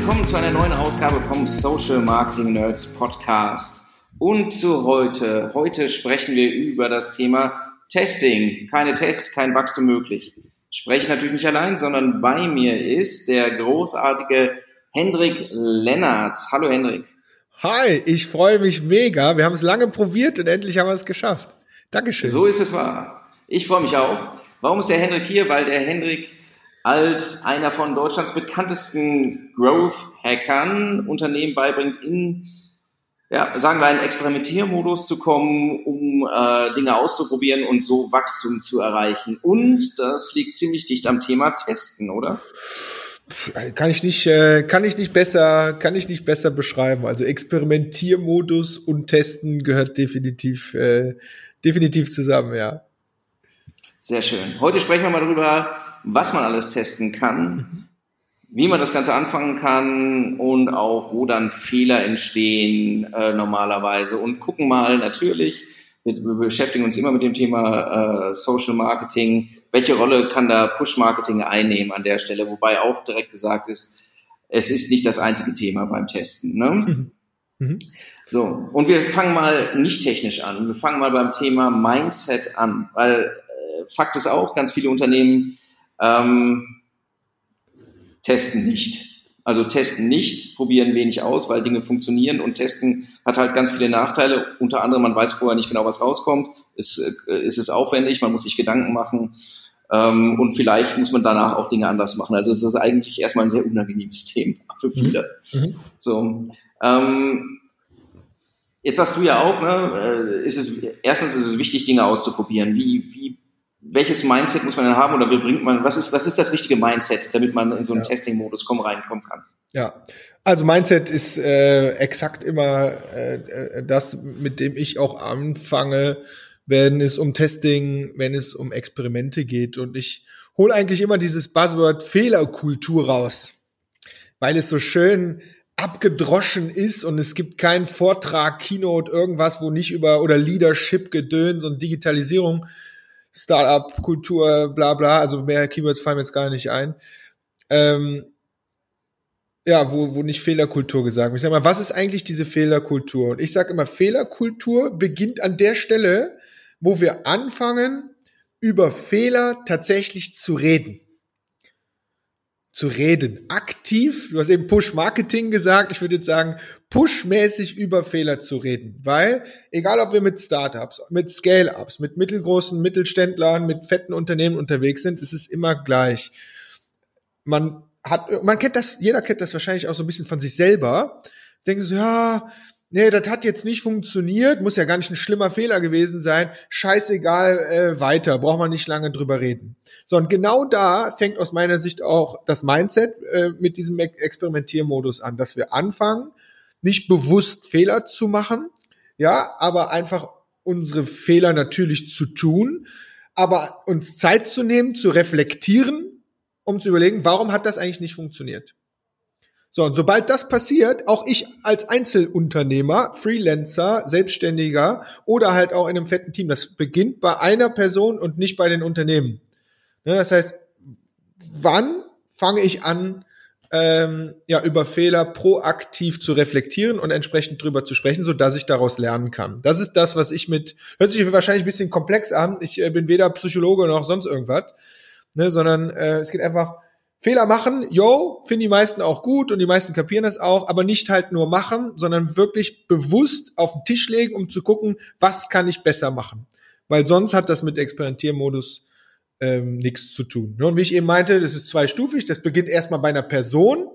willkommen zu einer neuen Ausgabe vom Social Marketing Nerds Podcast. Und zu heute. Heute sprechen wir über das Thema Testing. Keine Tests, kein Wachstum möglich. Spreche natürlich nicht allein, sondern bei mir ist der großartige Hendrik Lennertz. Hallo Hendrik. Hi, ich freue mich mega. Wir haben es lange probiert und endlich haben wir es geschafft. Dankeschön. So ist es wahr. Ich freue mich auch. Warum ist der Hendrik hier? Weil der Hendrik als einer von Deutschlands bekanntesten Growth-Hackern Unternehmen beibringt, in, sagen wir, einen Experimentiermodus zu kommen, um Dinge auszuprobieren und so Wachstum zu erreichen. Und das liegt ziemlich dicht am Thema Testen, oder? Kann ich nicht besser beschreiben. Also Experimentiermodus und Testen gehört definitiv zusammen, ja. Sehr schön. Heute sprechen wir mal darüber, was man alles testen kann, wie man das Ganze anfangen kann und auch, wo dann Fehler entstehen normalerweise. Und gucken mal natürlich, wir beschäftigen uns immer mit dem Thema Social Marketing. Welche Rolle kann da Push-Marketing einnehmen an der Stelle? Wobei auch direkt gesagt ist, es ist nicht das einzige Thema beim Testen. Ne? So, und wir fangen mal nicht technisch an. Wir fangen mal beim Thema Mindset an, weil Fakt ist auch, ganz viele Unternehmen testen nicht. Also testen nichts, probieren wenig aus, weil Dinge funktionieren, und testen hat halt ganz viele Nachteile. Unter anderem, man weiß vorher nicht genau, was rauskommt. Es ist aufwendig, man muss sich Gedanken machen und vielleicht muss man danach auch Dinge anders machen. Also es ist eigentlich erstmal ein sehr unangenehmes Thema für viele. So, jetzt sagst du ja auch, ne, erstens ist es wichtig, Dinge auszuprobieren. Welches Mindset muss man denn haben, oder was ist das richtige Mindset, damit man in so einen Testing-Modus reinkommen kann? Ja, also Mindset ist exakt immer das, mit dem ich auch anfange, wenn es um Testing, wenn es um Experimente geht. Und ich hole eigentlich immer dieses Buzzword Fehlerkultur raus, weil es so schön abgedroschen ist und es gibt keinen Vortrag, Keynote, irgendwas, wo nicht oder Leadership, Gedöns und Digitalisierung, Startup-Kultur, bla bla, also mehr Keywords fallen mir jetzt gar nicht ein, wo nicht Fehlerkultur gesagt wird. Ich sag mal, was ist eigentlich diese Fehlerkultur? Und ich sage immer, Fehlerkultur beginnt an der Stelle, wo wir anfangen, über Fehler tatsächlich zu reden. Aktiv, du hast eben Push-Marketing gesagt, ich würde jetzt sagen, pushmäßig über Fehler zu reden, weil, egal ob wir mit Startups, mit Scale-Ups, mit mittelgroßen Mittelständlern, mit fetten Unternehmen unterwegs sind, es ist immer gleich. Man kennt das, jeder kennt das wahrscheinlich auch so ein bisschen von sich selber, denkt so, nee, das hat jetzt nicht funktioniert, muss ja gar nicht ein schlimmer Fehler gewesen sein, scheißegal, weiter, braucht man nicht lange drüber reden. So, und genau da fängt aus meiner Sicht auch das Mindset mit diesem Experimentiermodus an, dass wir anfangen, nicht bewusst Fehler zu machen, aber einfach unsere Fehler natürlich zu tun, aber uns Zeit zu nehmen, zu reflektieren, um zu überlegen, warum hat das eigentlich nicht funktioniert? So, und sobald das passiert, auch ich als Einzelunternehmer, Freelancer, Selbstständiger oder halt auch in einem fetten Team, das beginnt bei einer Person und nicht bei den Unternehmen. Das heißt, wann fange ich an, über Fehler proaktiv zu reflektieren und entsprechend drüber zu sprechen, so dass ich daraus lernen kann. Das ist das, was hört sich wahrscheinlich ein bisschen komplex an. Ich bin weder Psychologe noch sonst irgendwas, sondern es geht einfach, Fehler machen, finden die meisten auch gut und die meisten kapieren das auch, aber nicht halt nur machen, sondern wirklich bewusst auf den Tisch legen, um zu gucken, was kann ich besser machen. Weil sonst hat das mit Experimentiermodus nichts zu tun. Und wie ich eben meinte, das ist zweistufig, das beginnt erstmal bei einer Person,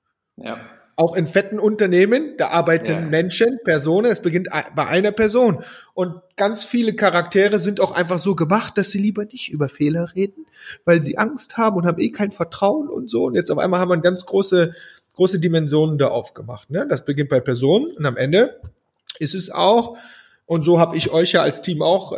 auch in fetten Unternehmen, da arbeiten Menschen, Personen, es beginnt bei einer Person. Und ganz viele Charaktere sind auch einfach so gemacht, dass sie lieber nicht über Fehler reden, weil sie Angst haben und haben kein Vertrauen und so. Und jetzt auf einmal haben wir ganz große Dimensionen da aufgemacht. Ne? Das beginnt bei Personen und am Ende ist es auch, und so habe ich euch ja als Team auch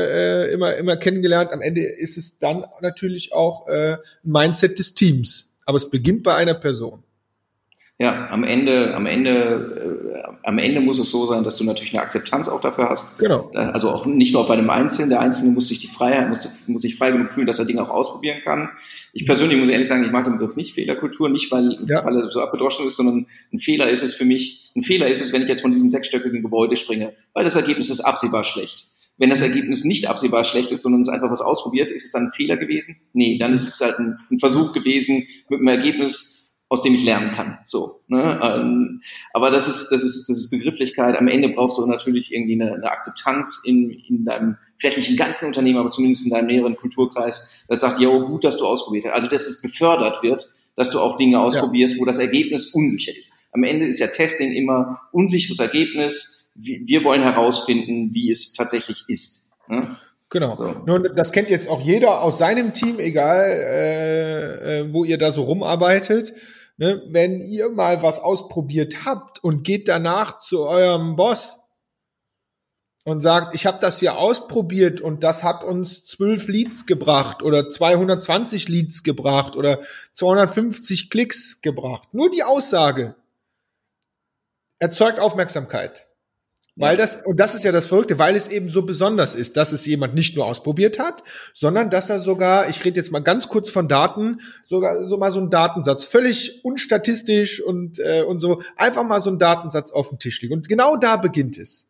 immer kennengelernt, am Ende ist es dann natürlich auch ein Mindset des Teams. Aber es beginnt bei einer Person. Ja, am Ende muss es so sein, dass du natürlich eine Akzeptanz auch dafür hast. Genau. Also auch nicht nur bei dem Einzelnen. Der Einzelne muss sich die Freiheit, muss sich frei genug fühlen, dass er Dinge auch ausprobieren kann. Ich persönlich muss ehrlich sagen, ich mag den Begriff nicht Fehlerkultur, nicht weil er so abgedroschen ist, sondern ein Fehler ist es, wenn ich jetzt von diesem 6-stöckigen Gebäude springe, weil das Ergebnis ist absehbar schlecht. Wenn das Ergebnis nicht absehbar schlecht ist, sondern es einfach was ausprobiert, ist es dann ein Fehler gewesen? Nee, dann ist es halt ein Versuch gewesen mit einem Ergebnis, aus dem ich lernen kann. So, ne? Aber das ist Begrifflichkeit. Am Ende brauchst du natürlich irgendwie eine Akzeptanz in deinem, vielleicht nicht im ganzen Unternehmen, aber zumindest in deinem näheren Kulturkreis, das sagt, ja, gut, dass du ausprobiert hast. Also, dass es befördert wird, dass du auch Dinge ausprobierst, wo das Ergebnis unsicher ist. Am Ende ist ja Testing immer unsicheres Ergebnis. Wir wollen herausfinden, wie es tatsächlich ist. Ne? Genau. So. Nur das kennt jetzt auch jeder aus seinem Team, egal wo ihr da so rumarbeitet. Ne? Wenn ihr mal was ausprobiert habt und geht danach zu eurem Boss und sagt, ich habe das hier ausprobiert und das hat uns 12 Leads gebracht oder 220 Leads gebracht oder 250 Klicks gebracht. Nur die Aussage erzeugt Aufmerksamkeit. Weil das ist ja das Verrückte, weil es eben so besonders ist, dass es jemand nicht nur ausprobiert hat, sondern dass er sogar, ich rede jetzt mal ganz kurz von Daten, sogar so mal so einen Datensatz, völlig unstatistisch und so, einfach mal so einen Datensatz auf den Tisch liegt. Und genau da beginnt es.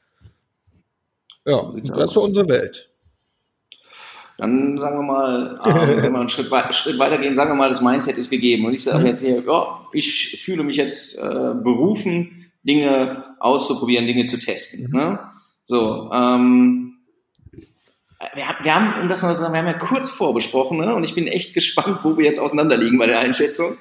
Ja, das ist so unsere Welt. Dann sagen wir mal, wenn wir einen Schritt weiter gehen, sagen wir mal, das Mindset ist gegeben. Und ich sage jetzt hier, ja, ich fühle mich jetzt berufen, Dinge auszuprobieren, Dinge zu testen. Ne? So, wir haben, um das mal zu sagen, wir haben ja kurz vorbesprochen, ne? Und ich bin echt gespannt, wo wir jetzt auseinanderliegen bei der Einschätzung.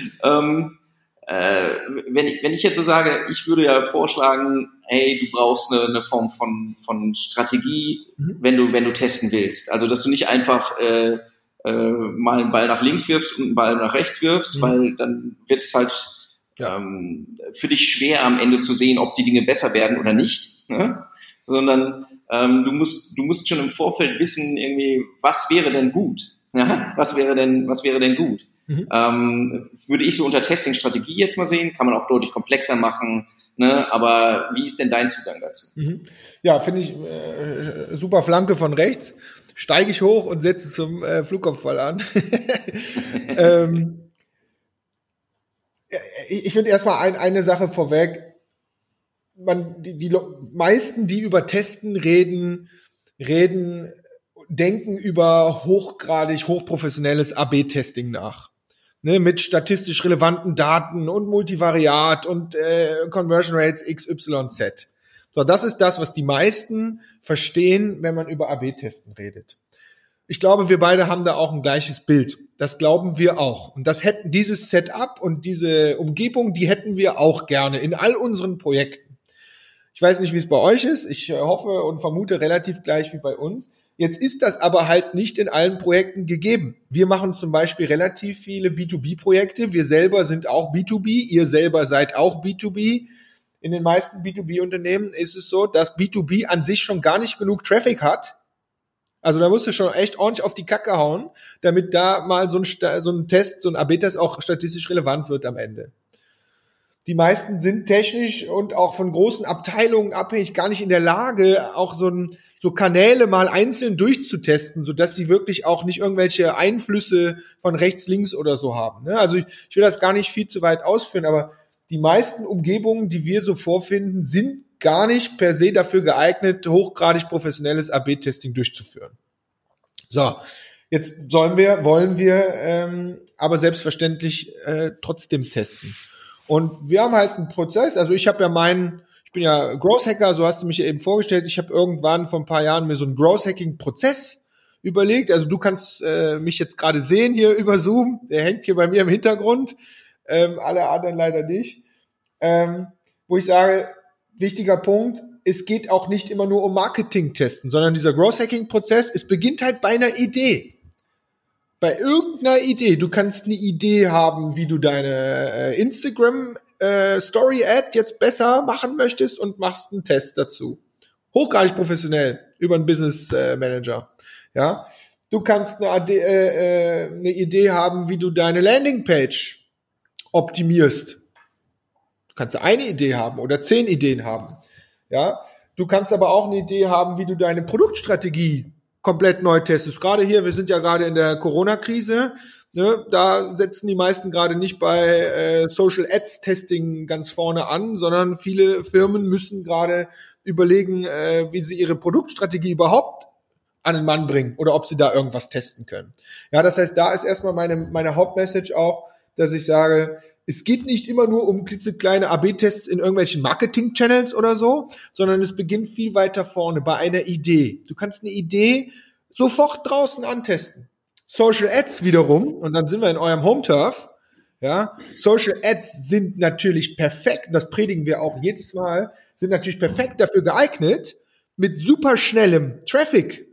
Wenn ich jetzt so sage, ich würde ja vorschlagen, hey, du brauchst eine Form von Strategie, wenn du testen willst. Also, dass du nicht einfach mal einen Ball nach links wirfst und einen Ball nach rechts wirfst, weil dann wird es halt für dich schwer am Ende zu sehen, ob die Dinge besser werden oder nicht, ne? Sondern du musst schon im Vorfeld wissen, irgendwie, was wäre denn gut? Ja? Was wäre denn gut? Würde ich so unter Testing-Strategie jetzt mal sehen, kann man auch deutlich komplexer machen, ne? Aber wie ist denn dein Zugang dazu? Ja, finde ich super Flanke von rechts. Steige ich hoch und setze zum Flugkopfball an. Ich finde erstmal eine Sache vorweg. Die meisten, die über Testen reden, denken über hochprofessionelles AB-Testing nach. Ne, mit statistisch relevanten Daten und Multivariat und Conversion Rates XYZ. So, das ist das, was die meisten verstehen, wenn man über AB-Testen redet. Ich glaube, wir beide haben da auch ein gleiches Bild. Das glauben wir auch. Und dieses Setup und diese Umgebung, die hätten wir auch gerne in all unseren Projekten. Ich weiß nicht, wie es bei euch ist. Ich hoffe und vermute relativ gleich wie bei uns. Jetzt ist das aber halt nicht in allen Projekten gegeben. Wir machen zum Beispiel relativ viele B2B-Projekte. Wir selber sind auch B2B. Ihr selber seid auch B2B. In den meisten B2B-Unternehmen ist es so, dass B2B an sich schon gar nicht genug Traffic hat. Also da musst du schon echt ordentlich auf die Kacke hauen, damit da mal so ein Test, so ein AB-Test auch statistisch relevant wird am Ende. Die meisten sind technisch und auch von großen Abteilungen abhängig gar nicht in der Lage, auch so Kanäle mal einzeln durchzutesten, sodass sie wirklich auch nicht irgendwelche Einflüsse von rechts, links oder so haben. Also ich will das gar nicht viel zu weit ausführen, aber die meisten Umgebungen, die wir so vorfinden, sind gar nicht per se dafür geeignet, hochgradig professionelles AB-Testing durchzuführen. So, jetzt wollen wir aber selbstverständlich trotzdem testen. Und wir haben halt einen Prozess, also ich bin ja Growth Hacker, so hast du mich ja eben vorgestellt, ich habe irgendwann vor ein paar Jahren mir so einen Growth Hacking Prozess überlegt, also du kannst mich jetzt gerade sehen hier über Zoom, der hängt hier bei mir im Hintergrund, alle anderen leider nicht, wo ich sage, wichtiger Punkt, es geht auch nicht immer nur um Marketing-Testen, sondern dieser Growth-Hacking-Prozess, es beginnt halt bei einer Idee. Bei irgendeiner Idee. Du kannst eine Idee haben, wie du deine Instagram-Story-Ad jetzt besser machen möchtest und machst einen Test dazu. Hochgradig professionell über einen Business Manager. Ja. Du kannst eine Idee haben, wie du deine Landingpage optimierst. Du kannst eine Idee haben oder 10 Ideen haben. Ja, du kannst aber auch eine Idee haben, wie du deine Produktstrategie komplett neu testest. Gerade hier, wir sind ja gerade in der Corona-Krise. Ne, da setzen die meisten gerade nicht bei Social Ads Testing ganz vorne an, sondern viele Firmen müssen gerade überlegen, wie sie ihre Produktstrategie überhaupt an den Mann bringen oder ob sie da irgendwas testen können. Ja, das heißt, da ist erstmal meine Hauptmessage auch, dass ich sage, es geht nicht immer nur um klitzekleine AB-Tests in irgendwelchen Marketing-Channels oder so, sondern es beginnt viel weiter vorne bei einer Idee. Du kannst eine Idee sofort draußen antesten. Social Ads wiederum, und dann sind wir in eurem Home-Turf, ja, Social Ads sind natürlich perfekt, und das predigen wir auch jedes Mal, sind natürlich perfekt dafür geeignet, mit super schnellem Traffic,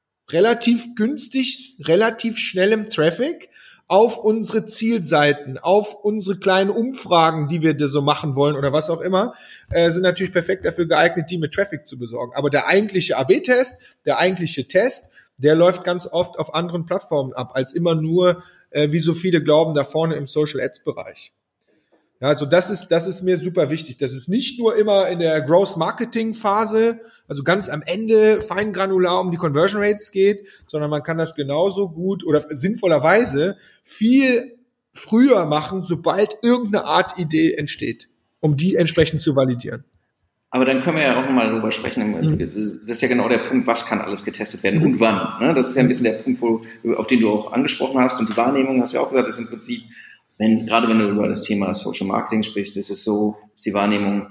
relativ günstig, relativ schnellem Traffic auf unsere Zielseiten, auf unsere kleinen Umfragen, die wir da so machen wollen oder was auch immer, sind natürlich perfekt dafür geeignet, die mit Traffic zu besorgen. Aber der eigentliche AB-Test, der eigentliche Test, der läuft ganz oft auf anderen Plattformen ab, als immer nur, wie so viele glauben, da vorne im Social Ads Bereich. Ja, also das ist mir super wichtig. Das ist nicht nur immer in der Growth Marketing Phase, also ganz am Ende feingranular um die Conversion Rates geht, sondern man kann das genauso gut oder sinnvollerweise viel früher machen, sobald irgendeine Art Idee entsteht, um die entsprechend zu validieren. Aber dann können wir ja auch nochmal darüber sprechen. Das ist ja genau der Punkt, was kann alles getestet werden und wann. Ne? Das ist ja ein bisschen der Punkt, auf den du auch angesprochen hast. Und die Wahrnehmung, hast du ja auch gesagt, ist im Prinzip, gerade wenn du über das Thema Social Marketing sprichst, ist es so, ist die Wahrnehmung,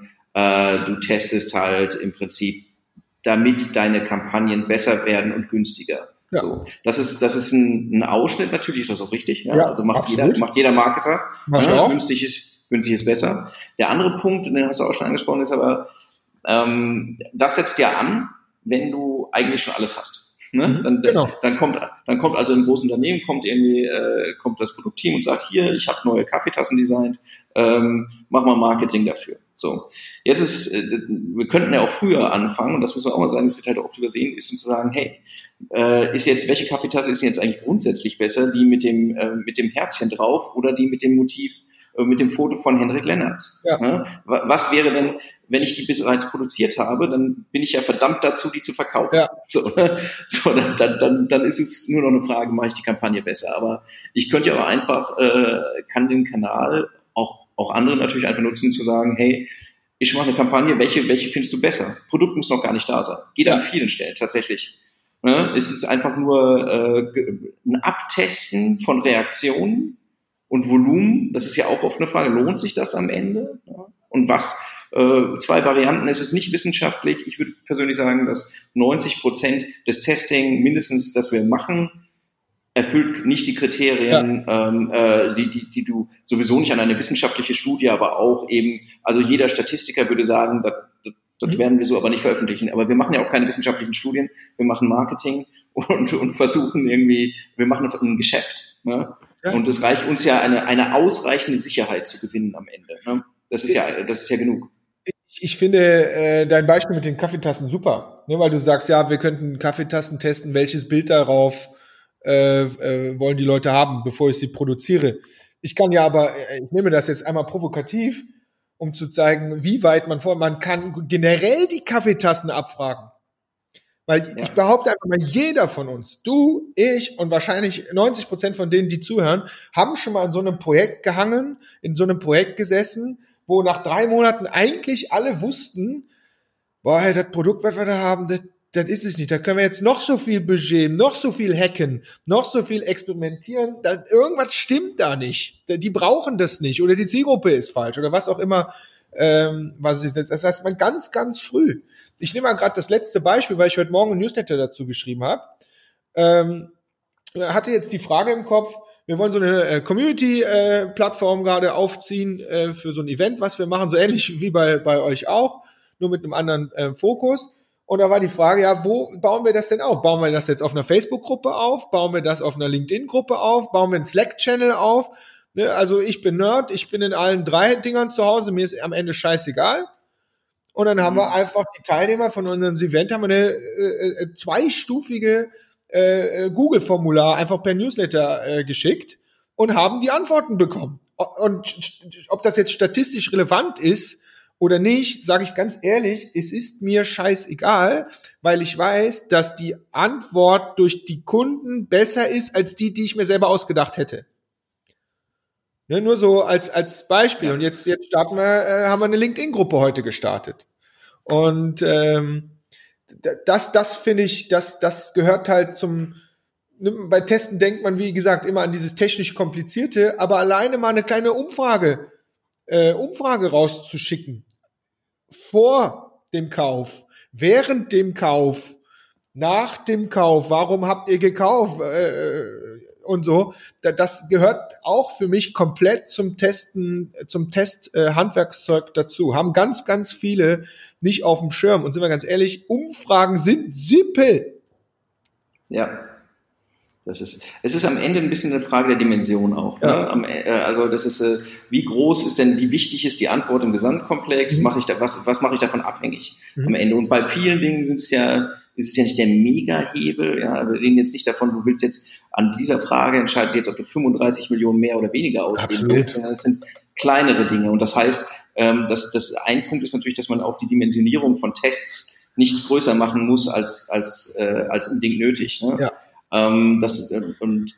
du testest halt im Prinzip, damit deine Kampagnen besser werden und günstiger. Ja. So, das ist ein Ausschnitt, natürlich ist das auch richtig. Ja? Also macht jeder Marketer. Günstig ist besser. Der andere Punkt, den hast du auch schon angesprochen, ist aber, das setzt ja an, wenn du eigentlich schon alles hast. Ne? Dann kommt also ein großes Unternehmen, kommt das Produktteam und sagt, hier, ich habe neue Kaffeetassen designt, mach mal Marketing dafür. So, jetzt wir könnten ja auch früher anfangen, und das muss man auch mal sagen, das wird halt oft übersehen, ist zu sagen, hey, welche Kaffeetasse ist jetzt eigentlich grundsätzlich besser, die mit dem Herzchen drauf oder die mit dem Motiv, mit dem Foto von Henrik Lennertz? Ja. Ne? Was wäre denn, wenn ich die bereits produziert habe, dann bin ich ja verdammt dazu, die zu verkaufen. Ja. Dann ist es nur noch eine Frage, mache ich die Kampagne besser. Aber ich könnte ja auch einfach, kann den Kanal auch andere natürlich einfach nutzen, zu sagen, hey, ich mache eine Kampagne, welche findest du besser? Produkt muss noch gar nicht da sein. Geht an vielen Stellen tatsächlich. Ne? Es ist einfach nur ein Abtesten von Reaktionen und Volumen. Das ist ja auch oft eine Frage, lohnt sich das am Ende? Ja? Und was? 2 Varianten, es ist nicht wissenschaftlich. Ich würde persönlich sagen, dass 90% des Testing mindestens, das wir machen, erfüllt nicht die Kriterien, die du sowieso nicht an eine wissenschaftliche Studie, aber auch eben, also jeder Statistiker würde sagen, das werden wir so aber nicht veröffentlichen. Aber wir machen ja auch keine wissenschaftlichen Studien, wir machen Marketing und versuchen irgendwie, wir machen ein Geschäft. Ne? Ja. Und es reicht uns ja eine ausreichende Sicherheit zu gewinnen am Ende. Ne? Das ist ja genug. Ich finde dein Beispiel mit den Kaffeetassen super, ne, weil du sagst, ja, wir könnten Kaffeetassen testen, welches Bild darauf wollen die Leute haben, bevor ich sie produziere. Ich kann ja aber, ich nehme das jetzt einmal provokativ, um zu zeigen, wie weit man kann generell die Kaffeetassen abfragen. Weil ich behaupte einfach mal, jeder von uns, du, ich und wahrscheinlich 90% von denen, die zuhören, haben schon mal in so einem Projekt gehangen, in so einem Projekt gesessen, wo nach 3 Monaten eigentlich alle wussten, boah, hey, das Produkt, was wir da haben, das ist es nicht. Da können wir jetzt noch so viel Budget, noch so viel hacken, noch so viel experimentieren. Irgendwas stimmt da nicht. Die brauchen das nicht. Oder die Zielgruppe ist falsch. Oder was auch immer. Was ist das? Das heißt, man ganz, ganz früh. Ich nehme mal gerade das letzte Beispiel, weil ich heute Morgen ein Newsletter dazu geschrieben habe. Hatte jetzt die Frage im Kopf, wir wollen so eine Community-Plattform gerade aufziehen für so ein Event, was wir machen, so ähnlich wie bei euch auch, nur mit einem anderen Fokus. Und da war die Frage, ja, wo bauen wir das denn auf? Bauen wir das jetzt auf einer Facebook-Gruppe auf? Bauen wir das auf einer LinkedIn-Gruppe auf? Bauen wir einen Slack-Channel auf? Ne, also ich bin Nerd, ich bin in allen 3 Dingern zu Hause, mir ist am Ende scheißegal. Und dann haben wir einfach die Teilnehmer von unserem Event, haben wir eine 2-stufige Google-Formular einfach per Newsletter geschickt. und haben die Antworten bekommen. Und ob das jetzt statistisch relevant ist oder nicht, sage ich ganz ehrlich, es ist mir scheißegal, weil ich weiß, dass die Antwort durch die Kunden besser ist als die ich mir selber ausgedacht hätte. Ne, nur so als Beispiel. Ja. Und jetzt starten haben wir eine LinkedIn-Gruppe heute gestartet. Und das finde ich, das gehört halt zum. Bei Testen denkt man, wie gesagt, immer an dieses technisch Komplizierte, aber alleine mal eine kleine Umfrage rauszuschicken. Vor dem Kauf, während dem Kauf, nach dem Kauf, warum habt ihr gekauft und so, das gehört auch für mich komplett zum Test Handwerkszeug dazu. Haben ganz, ganz viele nicht auf dem Schirm. Und sind wir ganz ehrlich, Umfragen sind simpel. Ja. Es ist am Ende ein bisschen eine Frage der Dimension auch. Ja. Ne? Also das ist, wie groß ist denn, wie wichtig ist die Antwort im Gesamtkomplex? Was mache ich davon abhängig am Ende? Und bei vielen Dingen ist es ja nicht der Mega-Hebel. Ja? Wir reden jetzt nicht davon, du willst jetzt an dieser Frage entscheidest jetzt, ob du 35 Millionen mehr oder weniger ausgeben willst, sondern es sind kleinere Dinge. Und das heißt, das ein Punkt ist natürlich, dass man auch die Dimensionierung von Tests nicht größer machen muss als unbedingt nötig. Ne? Ja. Und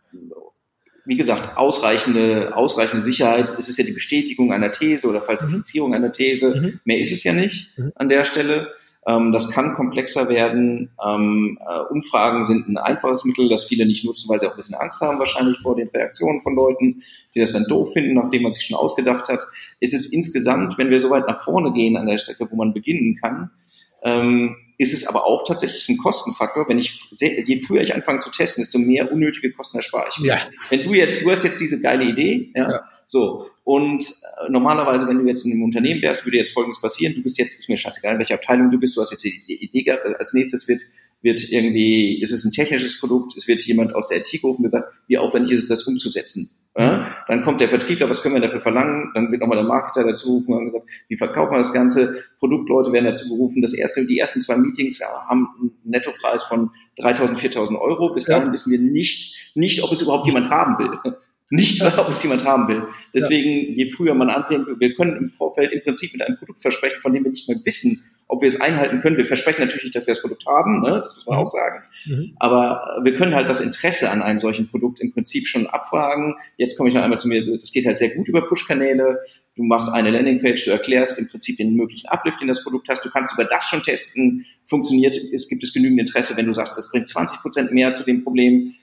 wie gesagt, ausreichende Sicherheit. Es ist ja die Bestätigung einer These oder Falsifizierung einer These. Mehr ist es ja nicht an der Stelle. Das kann komplexer werden. Umfragen sind ein einfaches Mittel, das viele nicht nutzen, weil sie auch ein bisschen Angst haben wahrscheinlich vor den Reaktionen von Leuten, die das dann doof finden, nachdem man sich schon ausgedacht hat. Es ist insgesamt, wenn wir so weit nach vorne gehen an der Stelle, wo man beginnen kann, ist es aber auch tatsächlich ein Kostenfaktor. Je früher ich anfange zu testen, desto mehr unnötige Kosten erspare ich mir. Ja. Wenn du hast jetzt diese geile Idee, so, und normalerweise, wenn du jetzt in einem Unternehmen wärst, würde jetzt Folgendes passieren: Du bist jetzt, ist mir scheißegal, in welcher Abteilung du bist, du hast jetzt die Idee gehabt, als nächstes ist es ein technisches Produkt, es wird jemand aus der IT gerufen und gesagt, wie aufwendig ist es, das umzusetzen? Ja? Dann kommt der Vertriebler, was können wir dafür verlangen? Dann wird nochmal der Marketer dazu gerufen und gesagt, wie verkaufen wir das Ganze? Produktleute werden dazu berufen. Die ersten 2 Meetings haben einen Nettopreis von 3.000, 4.000 Euro. Bis dahin wissen wir nicht, ob es überhaupt jemand haben will. Ob es jemand haben will. Deswegen, je früher man anfängt, wir können im Vorfeld im Prinzip mit einem Produkt versprechen, von dem wir nicht mehr wissen, ob wir es einhalten können. Wir versprechen natürlich nicht, dass wir das Produkt haben, ne? Das muss man auch sagen. Aber wir können halt das Interesse an einem solchen Produkt im Prinzip schon abfragen. Jetzt komme ich noch einmal zu mir, das geht halt sehr gut über Push-Kanäle. Du machst eine Landingpage, du erklärst im Prinzip den möglichen Uplift, den das Produkt hast. Du kannst über das schon testen. Gibt es genügend Interesse, wenn du sagst, das bringt 20% mehr zu dem Problem,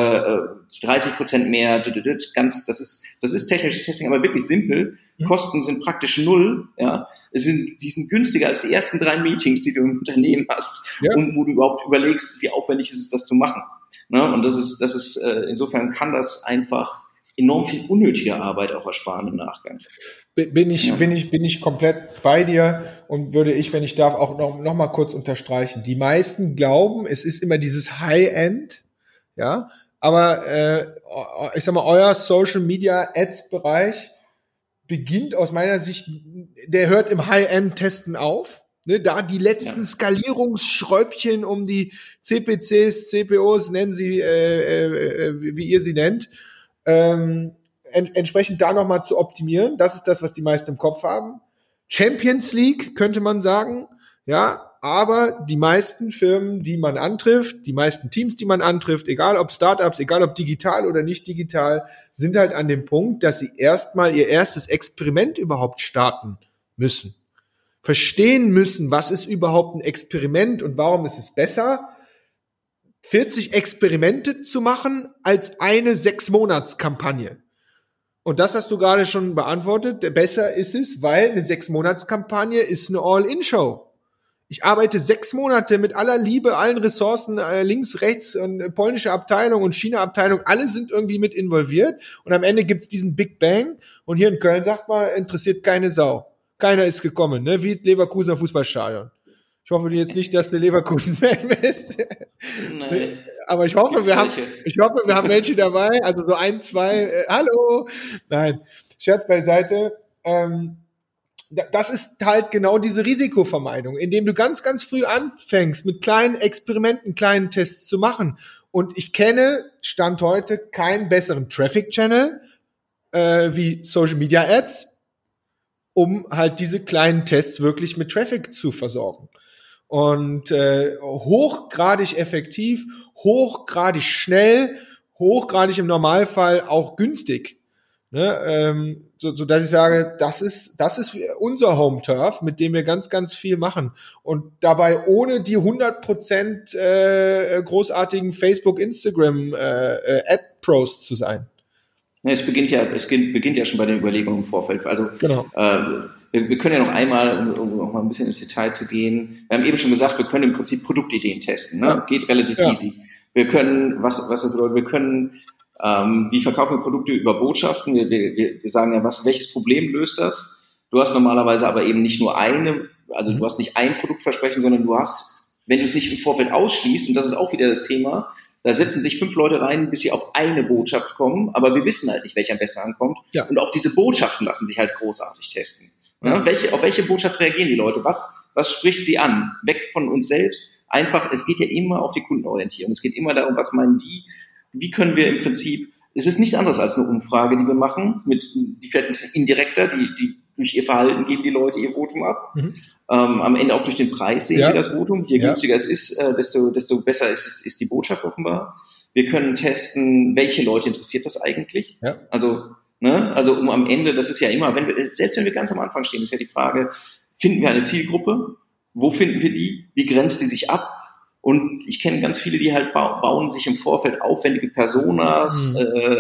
30% mehr, das ist technisches Testing, aber wirklich simpel. Kosten sind praktisch 0, ja. Die sind günstiger als die ersten 3 Meetings, die du im Unternehmen hast, wo du überhaupt überlegst, wie aufwendig ist es, das zu machen. Ne? Und das ist, insofern kann das einfach enorm viel unnötige Arbeit auch ersparen im Nachgang. Bin ich komplett bei dir und würde ich, wenn ich darf, auch noch mal kurz unterstreichen. Die meisten glauben, es ist immer dieses High-End, ja, aber ich sag mal, euer Social-Media-Ads-Bereich beginnt aus meiner Sicht, der hört im High-End-Testen auf. Ne, da die letzten Skalierungsschräubchen um die CPCs, CPOs, nennen sie, wie ihr sie nennt, entsprechend da nochmal zu optimieren. Das ist das, was die meisten im Kopf haben. Champions League, könnte man sagen, ja, aber die meisten Firmen, die man antrifft, die meisten Teams, die man antrifft, egal ob Startups, egal ob digital oder nicht digital, sind halt an dem Punkt, dass sie erstmal ihr erstes Experiment überhaupt starten müssen. Verstehen müssen, was ist überhaupt ein Experiment und warum ist es besser, 40 Experimente zu machen als eine 6-Monats-Kampagne. Und das hast du gerade schon beantwortet. Besser ist es, weil eine 6-Monats-Kampagne ist eine All-In-Show. Ich arbeite 6 Monate mit aller Liebe, allen Ressourcen, links, rechts und polnische Abteilung und China-Abteilung, alle sind irgendwie mit involviert und am Ende gibt's diesen Big Bang und hier in Köln sagt man, interessiert keine Sau. Keiner ist gekommen, ne? Wie Leverkusener Fußballstadion. Ich hoffe jetzt nicht, dass du Leverkusen-Fan bist. Nein. Aber ich hoffe, wir haben welche dabei, also so 1, 2, hallo. Nein, Scherz beiseite. Das ist halt genau diese Risikovermeidung, indem du ganz, ganz früh anfängst, mit kleinen Experimenten, kleinen Tests zu machen Und ich kenne, Stand heute, keinen besseren Traffic-Channel wie Social Media Ads, um halt diese kleinen Tests wirklich mit Traffic zu versorgen. Und hochgradig effektiv, hochgradig schnell, hochgradig im Normalfall auch günstig. Ne? So dass ich sage, das ist unser Home Turf, mit dem wir ganz, ganz viel machen. Und dabei ohne die 100% großartigen Facebook, Instagram Ad-Pros zu sein. Es beginnt ja schon bei den Überlegungen im Vorfeld. Also genau. Wir können ja noch einmal, um noch mal ein bisschen ins Detail zu gehen, wir haben eben schon gesagt, wir können im Prinzip Produktideen testen. Ne? Ja. Geht relativ easy. Wir können, was das bedeutet, wir können, wie verkaufen wir Produkte über Botschaften? Wir sagen ja, welches Problem löst das? Du hast normalerweise aber eben nicht nur du hast nicht ein Produktversprechen, sondern du hast, wenn du es nicht im Vorfeld ausschließt, und das ist auch wieder das Thema, da setzen sich 5 Leute rein, bis sie auf eine Botschaft kommen, aber wir wissen halt nicht, welche am besten ankommt. Ja. Und auch diese Botschaften lassen sich halt großartig testen. Ja. Auf welche Botschaft reagieren die Leute? Was spricht sie an? Weg von uns selbst. Einfach, es geht ja immer auf die Kundenorientierung. Es geht immer darum, was meinen die? Wie können wir im Prinzip, es ist nichts anderes als eine Umfrage, die wir machen, die vielleicht ein bisschen indirekter, die durch ihr Verhalten geben die Leute ihr Votum ab. Am Ende auch durch den Preis sehen wir das Votum. Je günstiger es ist, desto besser ist die Botschaft offenbar. Wir können testen, welche Leute interessiert das eigentlich. Ja. Also um am Ende, das ist ja immer, selbst wenn wir ganz am Anfang stehen, ist ja die Frage, finden wir eine Zielgruppe? Wo finden wir die? Wie grenzt die sich ab? Und ich kenne ganz viele, die halt bauen sich im Vorfeld aufwendige Personas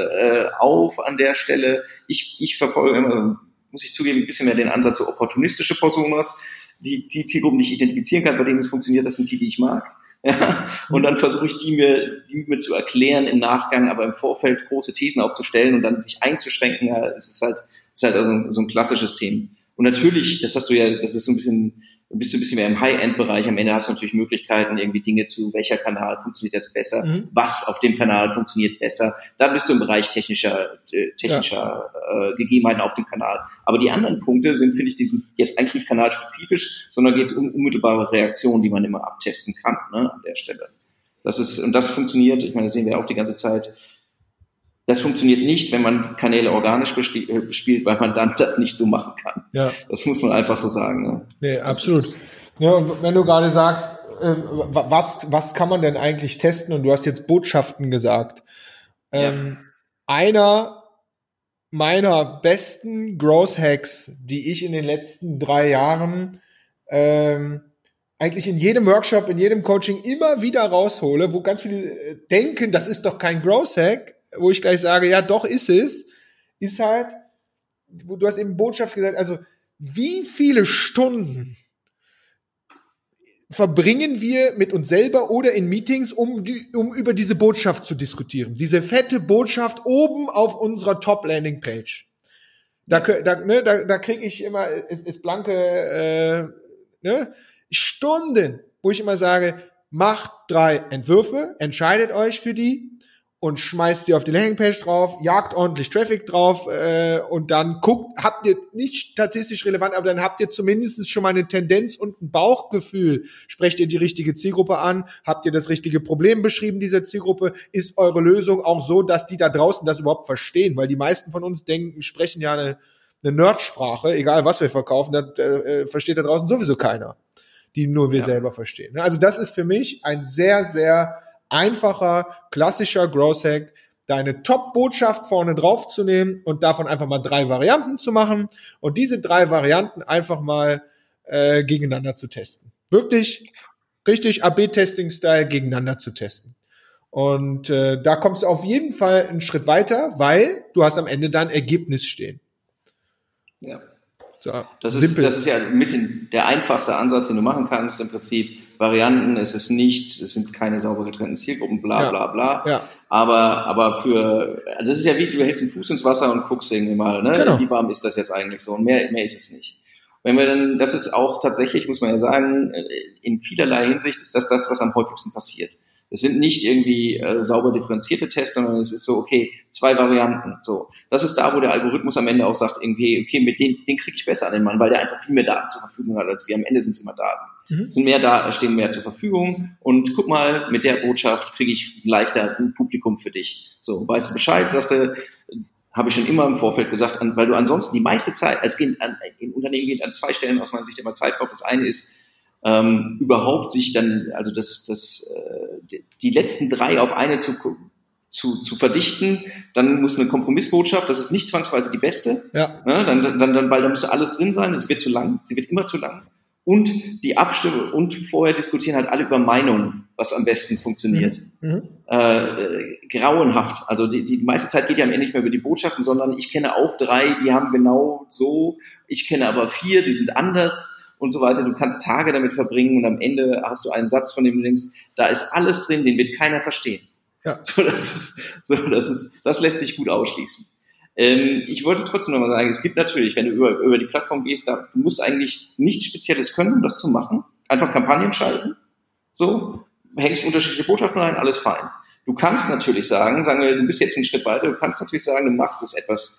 auf an der Stelle. Ich verfolge immer, muss ich zugeben, ein bisschen mehr den Ansatz so opportunistische Personas, die Zielgruppen nicht identifizieren kann, bei denen es funktioniert, das sind die ich mag. Ja? Und dann versuche ich die mir zu erklären im Nachgang, aber im Vorfeld große Thesen aufzustellen und dann sich einzuschränken, ja, es ist halt also so ein klassisches Thema. Und natürlich, das ist so ein bisschen, bist du ein bisschen mehr im High-End-Bereich. Am Ende hast du natürlich Möglichkeiten, irgendwie Dinge welcher Kanal funktioniert jetzt besser, was auf dem Kanal funktioniert besser. Da bist du im Bereich technischer Gegebenheiten auf dem Kanal. Aber die anderen Punkte sind, finde ich, die sind jetzt eigentlich nicht kanalspezifisch, sondern geht es um unmittelbare Reaktionen, die man immer abtesten kann, ne, an der Stelle. Das funktioniert, ich meine, das sehen wir auch die ganze Zeit. Das funktioniert nicht, wenn man Kanäle organisch bespielt, weil man dann das nicht so machen kann. Ja. Das muss man einfach so sagen. Ne? Nee, absolut. Ja, und wenn du gerade sagst, was kann man denn eigentlich testen? Und du hast jetzt Botschaften gesagt. Einer meiner besten Growth Hacks, die ich in den letzten 3 Jahren eigentlich in jedem Workshop, in jedem Coaching immer wieder raushole, wo ganz viele denken, das ist doch kein Growth Hack, wo ich gleich sage, ja doch ist es, ist halt, du hast eben Botschaft gesagt, also wie viele Stunden verbringen wir mit uns selber oder in Meetings, um über diese Botschaft zu diskutieren. Diese fette Botschaft oben auf unserer Top-Landing-Page. Da kriege ich immer, ist blanke Stunden, wo ich immer sage, macht 3 Entwürfe, entscheidet euch für die und schmeißt sie auf die Landingpage drauf, jagt ordentlich Traffic drauf und dann habt ihr nicht statistisch relevant, aber dann habt ihr zumindest schon mal eine Tendenz und ein Bauchgefühl. Sprecht ihr die richtige Zielgruppe an? Habt ihr das richtige Problem beschrieben dieser Zielgruppe? Ist eure Lösung auch so, dass die da draußen das überhaupt verstehen? Weil die meisten von uns sprechen ja eine Nerdsprache, egal was wir verkaufen, das versteht da draußen sowieso keiner, die nur wir selber verstehen. Also das ist für mich ein sehr, sehr einfacher, klassischer Growth Hack, deine Top-Botschaft vorne drauf zu nehmen und davon einfach mal 3 Varianten zu machen und diese 3 Varianten einfach mal gegeneinander zu testen. Wirklich richtig AB-Testing-Style gegeneinander zu testen. Und da kommst du auf jeden Fall einen Schritt weiter, weil du hast am Ende dann Ergebnis stehen. Ja. So, das ist ja der einfachste Ansatz, den du machen kannst, im Prinzip Varianten, es sind keine sauber getrennten Zielgruppen, bla bla bla. Ja. Aber also das ist ja wie, du hältst den Fuß ins Wasser und guckst irgendwie mal, ne? Genau. Wie warm ist das jetzt eigentlich so? Und mehr ist es nicht. Wenn wir dann, das ist auch tatsächlich, muss man ja sagen, in vielerlei Hinsicht ist das, was am häufigsten passiert. Es sind nicht irgendwie sauber differenzierte Tests, sondern es ist so, okay, 2 Varianten. So, das ist da, wo der Algorithmus am Ende auch sagt, irgendwie, okay, mit den kriege ich besser an den Mann, weil der einfach viel mehr Daten zur Verfügung hat als wir. Am Ende sind es immer Daten. Sind mehr da, stehen mehr zur Verfügung und guck mal, mit der Botschaft kriege ich leichter ein Publikum für dich. So, weißt du Bescheid, sagst du, habe ich schon immer im Vorfeld gesagt, weil du ansonsten die meiste Zeit, in Unternehmen geht an zwei Stellen aus meiner Sicht immer Zeit drauf. Das eine ist, überhaupt sich dann, also die letzten 3 auf eine zu verdichten, dann muss eine Kompromissbotschaft, das ist nicht zwangsweise die beste, Ja. Ne? Dann, weil da müsste alles drin sein, es wird zu lang, sie wird immer zu lang. Und die Abstimmung und vorher diskutieren halt alle über Meinungen, was am besten funktioniert. Grauenhaft. Also die meiste Zeit geht ja am Ende nicht mehr über die Botschaften, sondern ich kenne auch 3, die haben genau so, ich kenne aber 4, die sind anders und so weiter. Du kannst Tage damit verbringen und am Ende hast du einen Satz, von dem du denkst, da ist alles drin, den wird keiner verstehen. Ja. Das lässt sich gut ausschließen. Ich wollte trotzdem nochmal sagen, es gibt natürlich, wenn du über die Plattform gehst, du musst eigentlich nichts Spezielles können, um das zu machen. Einfach Kampagnen schalten. So, hängst unterschiedliche Botschaften rein, alles fein. Du kannst natürlich sagen wir, du bist jetzt einen Schritt weiter, du kannst natürlich sagen, du machst es etwas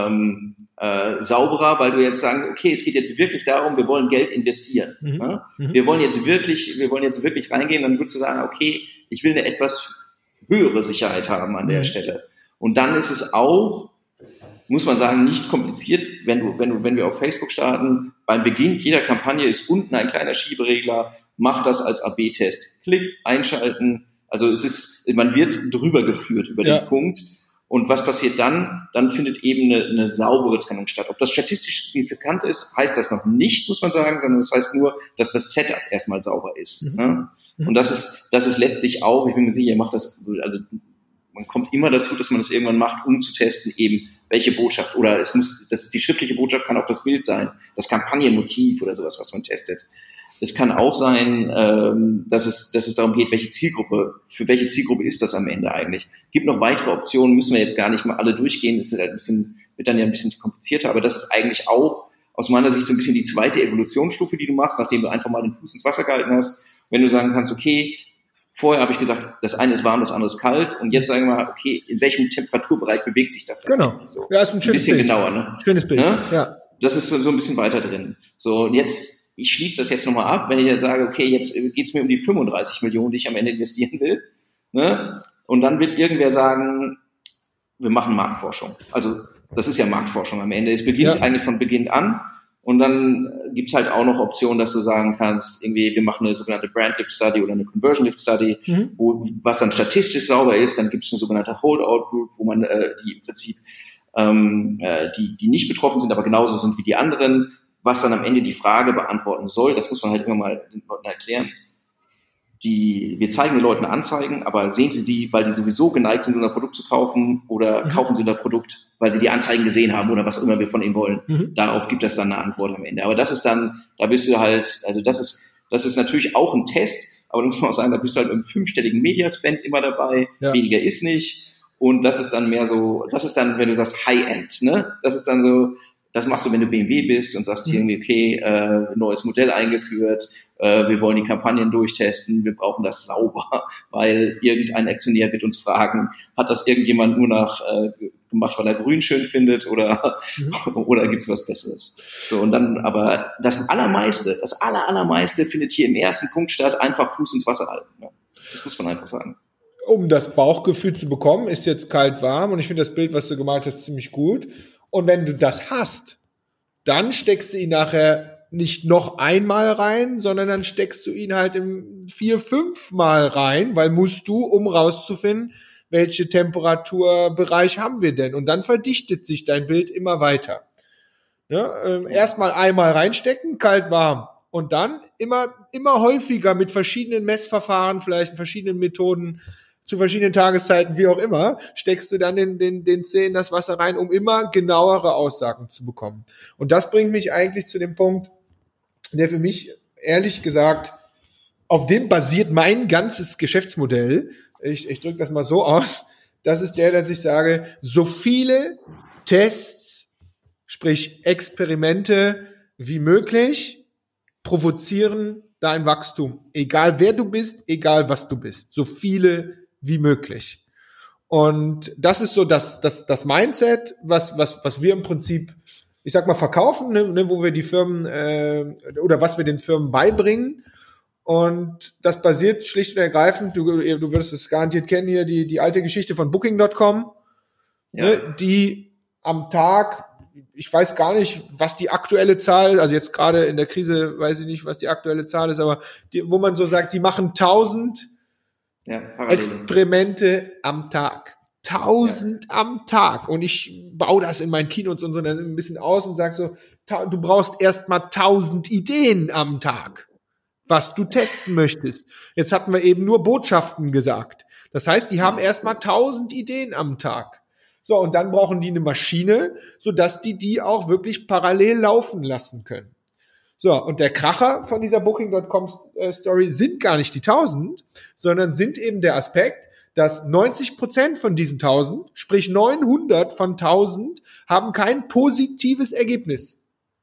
sauberer, weil du jetzt sagen, okay, es geht jetzt wirklich darum, wir wollen Geld investieren. Ne? Wir wollen jetzt wirklich reingehen, dann würdest du sagen, okay, ich will eine etwas höhere Sicherheit haben an der Stelle. Und dann ist es auch, muss man sagen, nicht kompliziert, wenn wir auf Facebook starten. Beim Beginn jeder Kampagne ist unten ein kleiner Schieberegler, mach das als AB-Test. Klick, einschalten. Also man wird drüber geführt über den Punkt. Und was passiert dann? Dann findet eben eine saubere Trennung statt. Ob das statistisch signifikant ist, heißt das noch nicht, muss man sagen, sondern das heißt nur, dass das Setup erstmal sauber ist. Ne? Und das ist letztlich auch, ich bin mir sicher, ihr macht das, also man kommt immer dazu, dass man das irgendwann macht, um zu testen, eben welche Botschaft, oder das ist die schriftliche Botschaft, kann auch das Bild sein, das Kampagnenmotiv oder sowas, was man testet. Es kann auch sein, dass es darum geht, für welche Zielgruppe ist das am Ende eigentlich. Gibt noch weitere Optionen, müssen wir jetzt gar nicht mal alle durchgehen, das ist halt wird dann ja ein bisschen komplizierter, aber das ist eigentlich auch aus meiner Sicht so ein bisschen die zweite Evolutionsstufe, die du machst, nachdem du einfach mal den Fuß ins Wasser gehalten hast. Wenn du sagen kannst, okay, vorher habe ich gesagt, das eine ist warm, das andere ist kalt, und jetzt sagen wir mal, okay, in welchem Temperaturbereich bewegt sich das denn? Genau. So? Ja, ist ein schönes bisschen Bild. Genauer, ne? Schönes Bild, ne? Ja. Das ist so ein bisschen weiter drin. So, und jetzt, ich schließe das jetzt nochmal ab, wenn ich jetzt sage, okay, jetzt geht's mir um die 35 Millionen, die ich am Ende investieren will, ne? Und dann wird irgendwer sagen, wir machen Marktforschung. Also, das ist ja Marktforschung am Ende. Es beginnt eigentlich von Beginn an. Und dann gibt's halt auch noch Optionen, dass du sagen kannst, irgendwie, wir machen eine sogenannte Brand Lift Study oder eine Conversion Lift Study, was dann statistisch sauber ist. Dann gibt's eine sogenannte Holdout Group, wo man die im Prinzip die nicht betroffen sind, aber genauso sind wie die anderen, was dann am Ende die Frage beantworten soll. Das muss man halt immer mal den Leuten erklären. Wir zeigen den Leuten Anzeigen, aber sehen sie die, weil die sowieso geneigt sind, unser Produkt zu kaufen, oder kaufen sie unser Produkt, weil sie die Anzeigen gesehen haben oder was auch immer wir von ihnen wollen. Darauf gibt es dann eine Antwort am Ende. Aber das ist dann, da bist du halt, also das ist natürlich auch ein Test, aber da muss man auch sagen, da bist du halt im 5-stelligen Mediaspend immer dabei, weniger ist nicht. Und das ist dann mehr so, das ist dann, wenn du sagst High-End, ne? Das ist dann so, das machst du, wenn du BMW bist und sagst hier irgendwie, okay, neues Modell eingeführt, wir wollen die Kampagnen durchtesten, wir brauchen das sauber, weil irgendein Aktionär wird uns fragen, hat das irgendjemand nur gemacht, weil er grün schön findet, oder gibt's was Besseres? So, und dann, aber das allermeiste findet hier im ersten Punkt statt, einfach Fuß ins Wasser halten. Ne? Das muss man einfach sagen. Um das Bauchgefühl zu bekommen, ist jetzt kalt warm, und ich finde das Bild, was du gemalt hast, ziemlich gut. Und wenn du das hast, dann steckst du ihn nachher nicht noch einmal rein, sondern dann steckst du ihn halt 4-5 Mal rein, weil musst du, um rauszufinden, welche Temperaturbereich haben wir denn? Und dann verdichtet sich dein Bild immer weiter. Ne? Erstmal einmal reinstecken, kalt, warm. Und dann immer häufiger mit verschiedenen Messverfahren, vielleicht in verschiedenen Methoden, zu verschiedenen Tageszeiten, wie auch immer, steckst du dann den Zeh in das Wasser rein, um immer genauere Aussagen zu bekommen. Und das bringt mich eigentlich zu dem Punkt, der für mich, ehrlich gesagt, auf dem basiert mein ganzes Geschäftsmodell. Ich drücke das mal so aus. Das ist dass ich sage, so viele Tests, sprich Experimente wie möglich, provozieren dein Wachstum. Egal wer du bist, egal was du bist. So viele wie möglich. Und das ist so das Mindset, was wir im Prinzip ich sag mal, verkaufen, ne, wo wir die Firmen oder was wir den Firmen beibringen. Und das basiert schlicht und ergreifend, du wirst es garantiert kennen hier, die alte Geschichte von Booking.com, ne, die am Tag, ich weiß gar nicht, was die aktuelle Zahl, also jetzt gerade in der Krise weiß ich nicht, was die aktuelle Zahl ist, aber wo man so sagt, die machen 1000 Experimente am Tag. 1000 am Tag. Und ich baue das in meinen Keynotes und so dann ein bisschen aus und sage so, du brauchst erstmal 1000 Ideen am Tag, was du testen möchtest. Jetzt hatten wir eben nur Botschaften gesagt. Das heißt, die haben erstmal 1000 Ideen am Tag. So, und dann brauchen die eine Maschine, sodass die auch wirklich parallel laufen lassen können. So, und der Kracher von dieser Booking.com Story sind gar nicht die 1000, sondern sind eben der Aspekt, dass 90% von diesen 1000, sprich 900 von 1000, haben kein positives Ergebnis.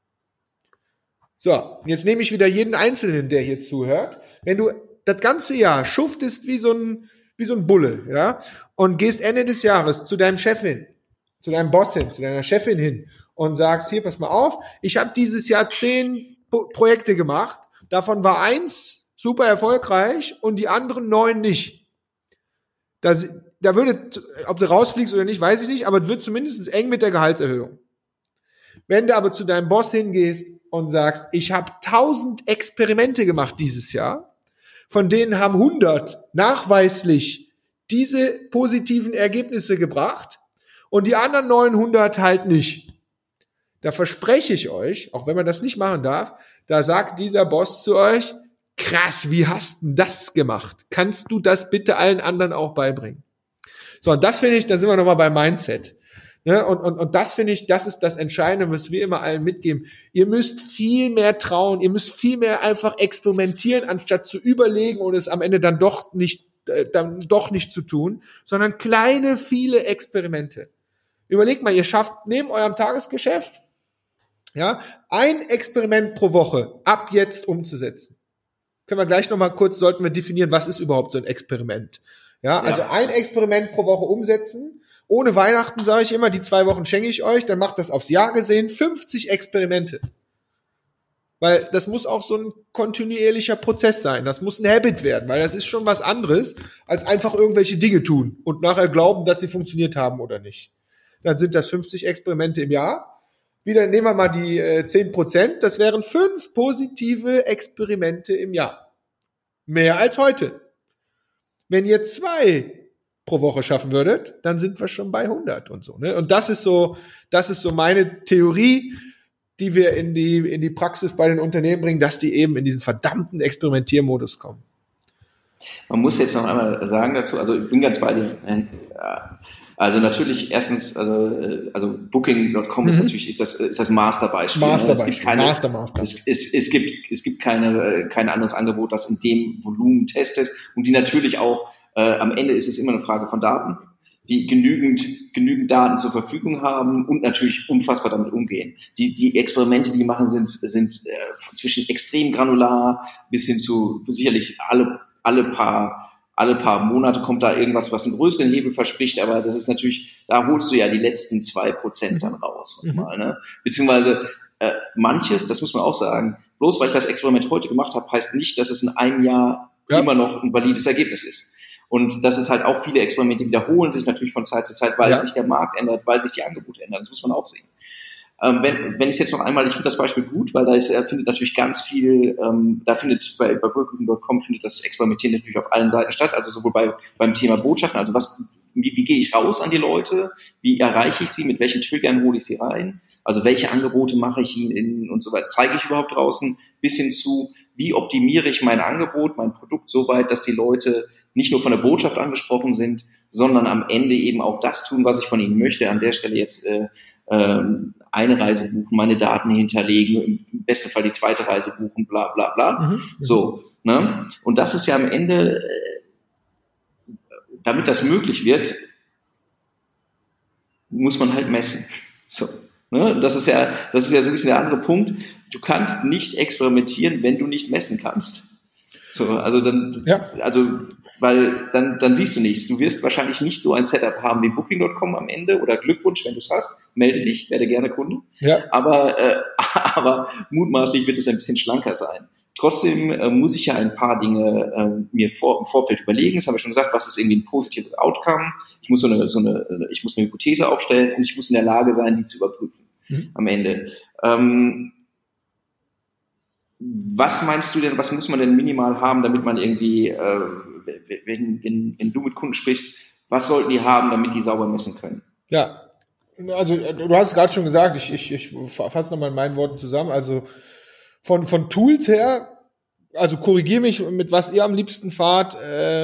So, jetzt nehme ich wieder jeden Einzelnen, der hier zuhört. Wenn du das ganze Jahr schuftest wie so ein Bulle, ja, und gehst Ende des Jahres zu deinem Chef hin, zu deinem Boss hin, zu deiner Chefin hin und sagst, hier, pass mal auf, ich habe dieses Jahr 10 Projekte gemacht, davon war 1 super erfolgreich und die anderen 9 nicht. Da würde, ob du rausfliegst oder nicht, weiß ich nicht, aber es wird zumindest eng mit der Gehaltserhöhung. Wenn du aber zu deinem Boss hingehst und sagst, ich habe 1000 Experimente gemacht dieses Jahr, von denen haben 100 nachweislich diese positiven Ergebnisse gebracht und die anderen 900 halt nicht. Da verspreche ich euch, auch wenn man das nicht machen darf, da sagt dieser Boss zu euch, krass, wie hast du das gemacht? Kannst du das bitte allen anderen auch beibringen? So, und das finde ich, da sind wir nochmal beim Mindset. Ne? Und das finde ich, das ist das Entscheidende, was wir immer allen mitgeben. Ihr müsst viel mehr trauen, ihr müsst viel mehr einfach experimentieren, anstatt zu überlegen und es am Ende dann doch nicht zu tun, sondern kleine, viele Experimente. Überlegt mal, ihr schafft neben eurem Tagesgeschäft, ja, ein Experiment pro Woche ab jetzt umzusetzen. Können wir gleich nochmal kurz, sollten wir definieren, was ist überhaupt so ein Experiment? Ja, also ein Experiment pro Woche umsetzen. Ohne Weihnachten sage ich immer, die 2 Wochen schenke ich euch, dann macht das aufs Jahr gesehen 50 Experimente. Weil das muss auch so ein kontinuierlicher Prozess sein. Das muss ein Habit werden, weil das ist schon was anderes, als einfach irgendwelche Dinge tun und nachher glauben, dass sie funktioniert haben oder nicht. Dann sind das 50 Experimente im Jahr. Wieder nehmen wir mal die 10%, das wären 5 positive Experimente im Jahr. Mehr als heute. Wenn ihr 2 pro Woche schaffen würdet, dann sind wir schon bei 100 und so. Ne? Und das ist so meine Theorie, die wir in die Praxis bei den Unternehmen bringen, dass die eben in diesen verdammten Experimentiermodus kommen. Man muss jetzt noch einmal sagen dazu, also ich bin ganz bei dir. Also natürlich erstens, also Booking.com ist natürlich ist das Masterbeispiel. Master. Es gibt kein anderes Angebot, das in dem Volumen testet und die natürlich auch am Ende ist es immer eine Frage von Daten, die genügend Daten zur Verfügung haben und natürlich unfassbar damit umgehen. Die Experimente, die machen, sind zwischen extrem granular bis hin zu sicherlich alle paar Monate kommt da irgendwas, was einen größeren Hebel verspricht, aber das ist natürlich, da holst du ja die letzten 2% dann raus. Nochmal, ne? Beziehungsweise manches, das muss man auch sagen, bloß weil ich das Experiment heute gemacht habe, heißt nicht, dass es in einem Jahr immer noch ein valides Ergebnis ist. Und das ist halt auch, viele Experimente wiederholen sich natürlich von Zeit zu Zeit, weil sich der Markt ändert, weil sich die Angebote ändern. Das muss man auch sehen. Wenn ich jetzt noch einmal, ich finde das Beispiel gut, weil findet natürlich ganz viel, bei Booking.com findet das Experimentieren natürlich auf allen Seiten statt, also sowohl beim Thema Botschaften, also wie gehe ich raus an die Leute, wie erreiche ich sie, mit welchen Triggern hole ich sie rein, also welche Angebote mache ich ihnen und so weiter, zeige ich überhaupt draußen, bis hin zu, wie optimiere ich mein Angebot, mein Produkt so weit, dass die Leute nicht nur von der Botschaft angesprochen sind, sondern am Ende eben auch das tun, was ich von ihnen möchte, an der Stelle jetzt eine Reise buchen, meine Daten hinterlegen, im besten Fall die zweite Reise buchen, bla bla bla. So, ne? Und das ist ja am Ende, damit das möglich wird, muss man halt messen. So, ne? Das ist ja so ein bisschen der andere Punkt. Du kannst nicht experimentieren, wenn du nicht messen kannst. So, also weil dann siehst du nichts. Du wirst wahrscheinlich nicht so ein Setup haben wie Booking.com am Ende oder Glückwunsch, wenn du es hast, melde dich, werde gerne Kunde. Ja. Aber mutmaßlich wird es ein bisschen schlanker sein. Trotzdem muss ich ja ein paar Dinge mir im Vorfeld überlegen. Das haben wir schon gesagt, was ist irgendwie ein positives Outcome? Ich muss ich muss eine Hypothese aufstellen und ich muss in der Lage sein, die zu überprüfen am Ende. Was meinst du denn, was muss man denn minimal haben, damit man irgendwie, wenn du mit Kunden sprichst, was sollten die haben, damit die sauber messen können? Ja, also du hast es gerade schon gesagt, ich fasse nochmal in meinen Worten zusammen. Also von Tools her, also korrigiere mich, mit was ihr am liebsten fahrt,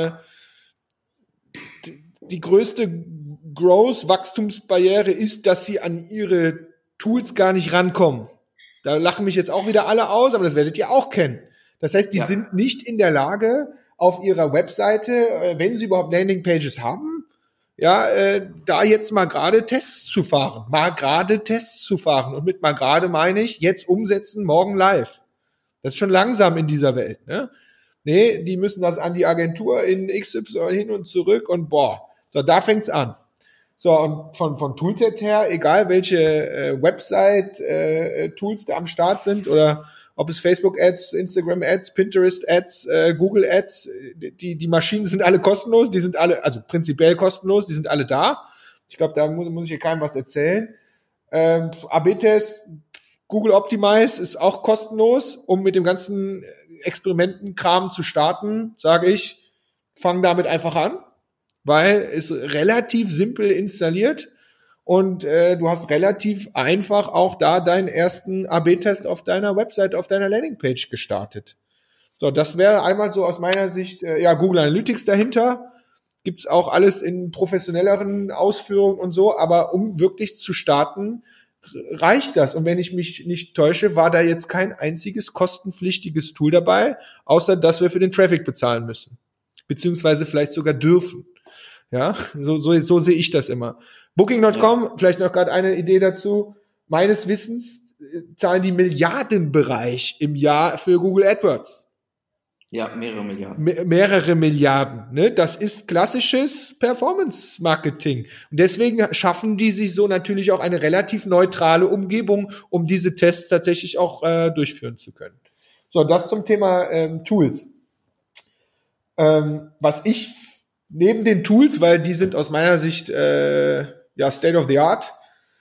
die größte Growth-Wachstumsbarriere ist, dass sie an ihre Tools gar nicht rankommen. Da lachen mich jetzt auch wieder alle aus, aber das werdet ihr auch kennen. Das heißt, die sind nicht in der Lage, auf ihrer Webseite, wenn sie überhaupt Landingpages haben, da jetzt mal gerade Tests zu fahren. Und mit mal gerade meine ich, jetzt umsetzen, morgen live. Das ist schon langsam in dieser Welt, ne? Nee, die müssen das an die Agentur in XY hin und zurück und so, da fängt's an. So, und von Toolset her, egal welche Website-Tools da am Start sind oder ob es Facebook-Ads, Instagram-Ads, Pinterest-Ads, Google-Ads, die Maschinen sind alle kostenlos, die sind alle, also prinzipiell kostenlos, die sind alle da. Ich glaube, da muss ich hier keinem was erzählen. AB-Test, Google Optimize ist auch kostenlos, um mit dem ganzen Experimentenkram zu starten, sage ich, fang damit einfach an. Weil es relativ simpel installiert und du hast relativ einfach auch da deinen ersten AB-Test auf deiner Website, auf deiner Landingpage gestartet. So, das wäre einmal so aus meiner Sicht, Google Analytics dahinter, gibt's auch alles in professionelleren Ausführungen und so, aber um wirklich zu starten, reicht das. Und wenn ich mich nicht täusche, war da jetzt kein einziges kostenpflichtiges Tool dabei, außer dass wir für den Traffic bezahlen müssen. Beziehungsweise vielleicht sogar dürfen. Ja, so sehe ich das immer. Booking.com, vielleicht noch gerade eine Idee dazu. Meines Wissens zahlen die Milliardenbereich im Jahr für Google AdWords. Ja, mehrere Milliarden. Mehrere Milliarden. Ne? Das ist klassisches Performance-Marketing. Und deswegen schaffen die sich so natürlich auch eine relativ neutrale Umgebung, um diese Tests tatsächlich auch durchführen zu können. So, das zum Thema Tools. Was ich neben den Tools, weil die sind aus meiner Sicht State of the Art,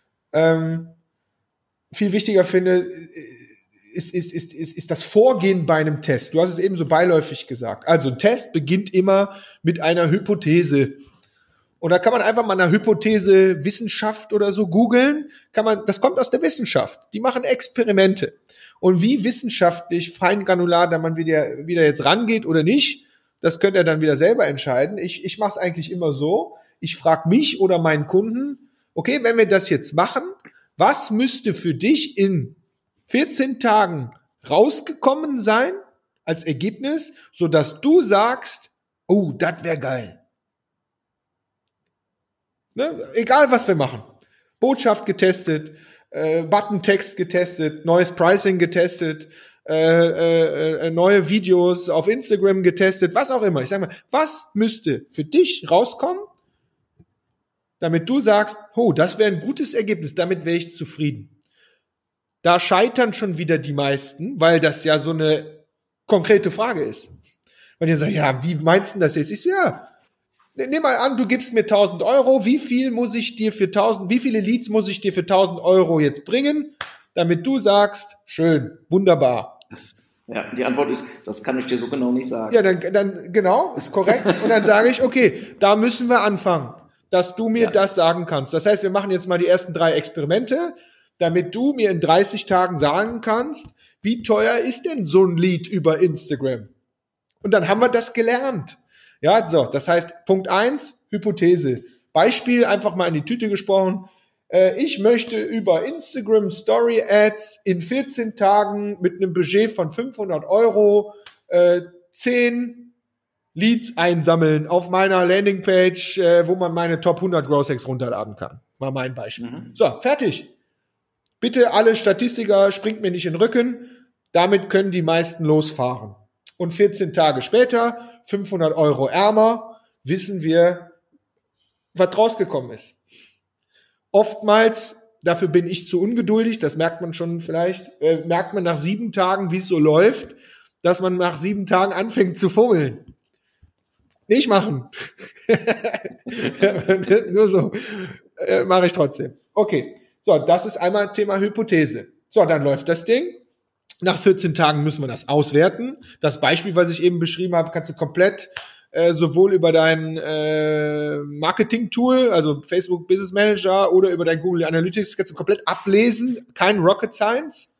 viel wichtiger finde, ist das Vorgehen bei einem Test. Du hast es eben so beiläufig gesagt. Also ein Test beginnt immer mit einer Hypothese. Und da kann man einfach mal eine Hypothese Wissenschaft oder so googeln. Das kommt aus der Wissenschaft. Die machen Experimente. Und wie wissenschaftlich feingranular da man wieder jetzt rangeht oder nicht, das könnt ihr dann wieder selber entscheiden. Ich mache es eigentlich immer so. Ich frage mich oder meinen Kunden, okay, wenn wir das jetzt machen, was müsste für dich in 14 Tagen rausgekommen sein als Ergebnis, sodass du sagst, oh, das wäre geil. Ne? Egal, was wir machen. Botschaft getestet, Button-Text getestet, neues Pricing getestet, neue Videos auf Instagram getestet, was auch immer. Ich sage mal, was müsste für dich rauskommen, damit du sagst, oh, das wäre ein gutes Ergebnis, damit wäre ich zufrieden. Da scheitern schon wieder die meisten, weil das ja so eine konkrete Frage ist. Und die sagen, ja, wie meinst du das jetzt? Ich so, ja, nimm mal an, du gibst mir 1.000 Euro, wie viele Leads muss ich dir für 1.000 Euro jetzt bringen, damit du sagst, schön, wunderbar. Die Antwort ist, das kann ich dir so genau nicht sagen. Ja, dann genau, ist korrekt. Und dann sage ich, okay, da müssen wir anfangen, dass du mir das sagen kannst. Das heißt, wir machen jetzt mal die ersten 3 Experimente, damit du mir in 30 Tagen sagen kannst, wie teuer ist denn so ein Lead über Instagram? Und dann haben wir das gelernt. Ja, so, das heißt, Punkt 1, Hypothese. Beispiel, einfach mal in die Tüte gesprochen. Ich möchte über Instagram Story Ads in 14 Tagen mit einem Budget von 500 Euro 10 Leads einsammeln auf meiner Landingpage, wo man meine Top 100 Growth Hacks runterladen kann. Mal mein Beispiel. So, fertig. Bitte alle Statistiker, springt mir nicht in den Rücken. Damit können die meisten losfahren. Und 14 Tage später, 500 Euro ärmer, wissen wir, was rausgekommen ist. Oftmals, dafür bin ich zu ungeduldig, das merkt man schon vielleicht, merkt man nach 7 Tagen, wie es so läuft, dass man nach 7 Tagen anfängt zu fummeln. Nicht machen. Nur so. Mache ich trotzdem. Okay. So, das ist einmal Thema Hypothese. So, dann läuft das Ding. Nach 14 Tagen müssen wir das auswerten. Das Beispiel, was ich eben beschrieben habe, kannst du komplett sowohl über dein Marketing-Tool, also Facebook Business Manager oder über dein Google Analytics, kannst du komplett ablesen. Kein Rocket Science.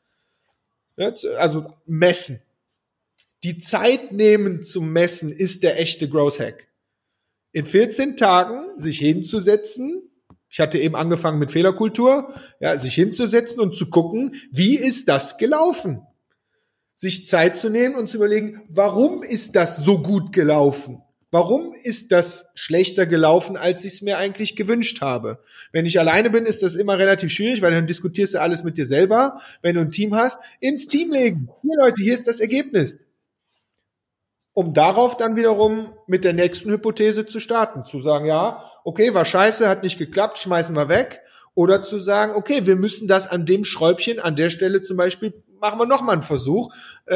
Also messen. Die Zeit nehmen zum Messen ist der echte Growth Hack. In 14 Tagen sich hinzusetzen, ich hatte eben angefangen mit Fehlerkultur, ja, sich hinzusetzen und zu gucken, wie ist das gelaufen? Sich Zeit zu nehmen und zu überlegen, warum ist das so gut gelaufen? Warum ist das schlechter gelaufen, als ich es mir eigentlich gewünscht habe? Wenn ich alleine bin, ist das immer relativ schwierig, weil dann diskutierst du alles mit dir selber. Wenn du ein Team hast, ins Team legen. Hier Leute, hier ist das Ergebnis. Um darauf dann wiederum mit der nächsten Hypothese zu starten. Zu sagen, ja, okay, war scheiße, hat nicht geklappt, schmeißen wir weg. Oder zu sagen, okay, wir müssen das an dem Schräubchen, an der Stelle zum Beispiel, machen wir nochmal einen Versuch,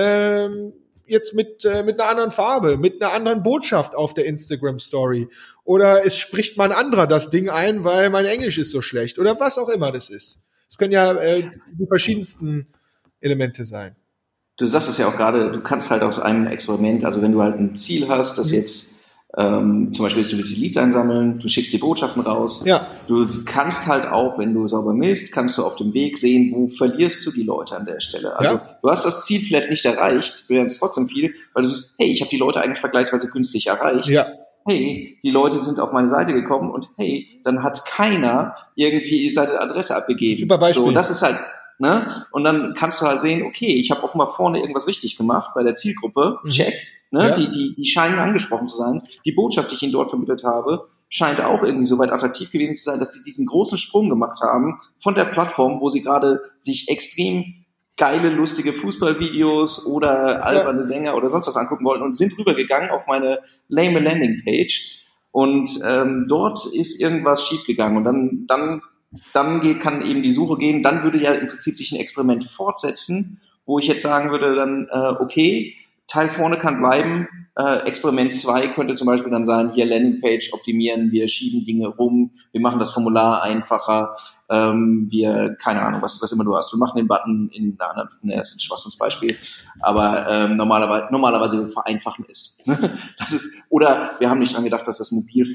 jetzt mit einer anderen Farbe, mit einer anderen Botschaft auf der Instagram-Story. Oder es spricht mal ein anderer das Ding ein, weil mein Englisch ist so schlecht. Oder was auch immer das ist. Es können ja die verschiedensten Elemente sein. Du sagst es ja auch gerade, du kannst halt aus einem Experiment, also wenn du halt ein Ziel hast, das jetzt zum Beispiel, du willst die Leads einsammeln, du schickst die Botschaften raus. Ja. Du kannst halt auch, wenn du sauber misst, kannst du auf dem Weg sehen, wo verlierst du die Leute an der Stelle. Also du hast das Ziel vielleicht nicht erreicht, du lernst trotzdem viel, weil du siehst, hey, ich habe die Leute eigentlich vergleichsweise günstig erreicht. Ja. Hey, die Leute sind auf meine Seite gekommen und hey, dann hat keiner irgendwie seine Adresse abgegeben. Super Beispiel. So, das ist halt, ne? Und dann kannst du halt sehen, okay, ich habe offenbar vorne irgendwas richtig gemacht bei der Zielgruppe, check, ne? Ja. Die scheinen angesprochen zu sein. Die Botschaft, die ich ihnen dort vermittelt habe, scheint auch irgendwie so weit attraktiv gewesen zu sein, dass die diesen großen Sprung gemacht haben von der Plattform, wo sie gerade sich extrem geile, lustige Fußballvideos oder alberne Sänger oder sonst was angucken wollten und sind rübergegangen auf meine lame Landingpage und dort ist irgendwas schiefgegangen und dann kann eben die Suche gehen, dann würde ja im Prinzip sich ein Experiment fortsetzen, wo ich jetzt sagen würde dann, okay, Teil vorne kann bleiben, Experiment 2 könnte zum Beispiel dann sein, hier Landingpage optimieren, wir schieben Dinge rum, wir machen das Formular einfacher, wir, keine Ahnung, was immer du hast, wir machen den Button in einer anderen, das ist ein schwaches Beispiel, aber normalerweise wir vereinfachen es. Das ist, oder wir haben nicht dran gedacht, dass das Mobile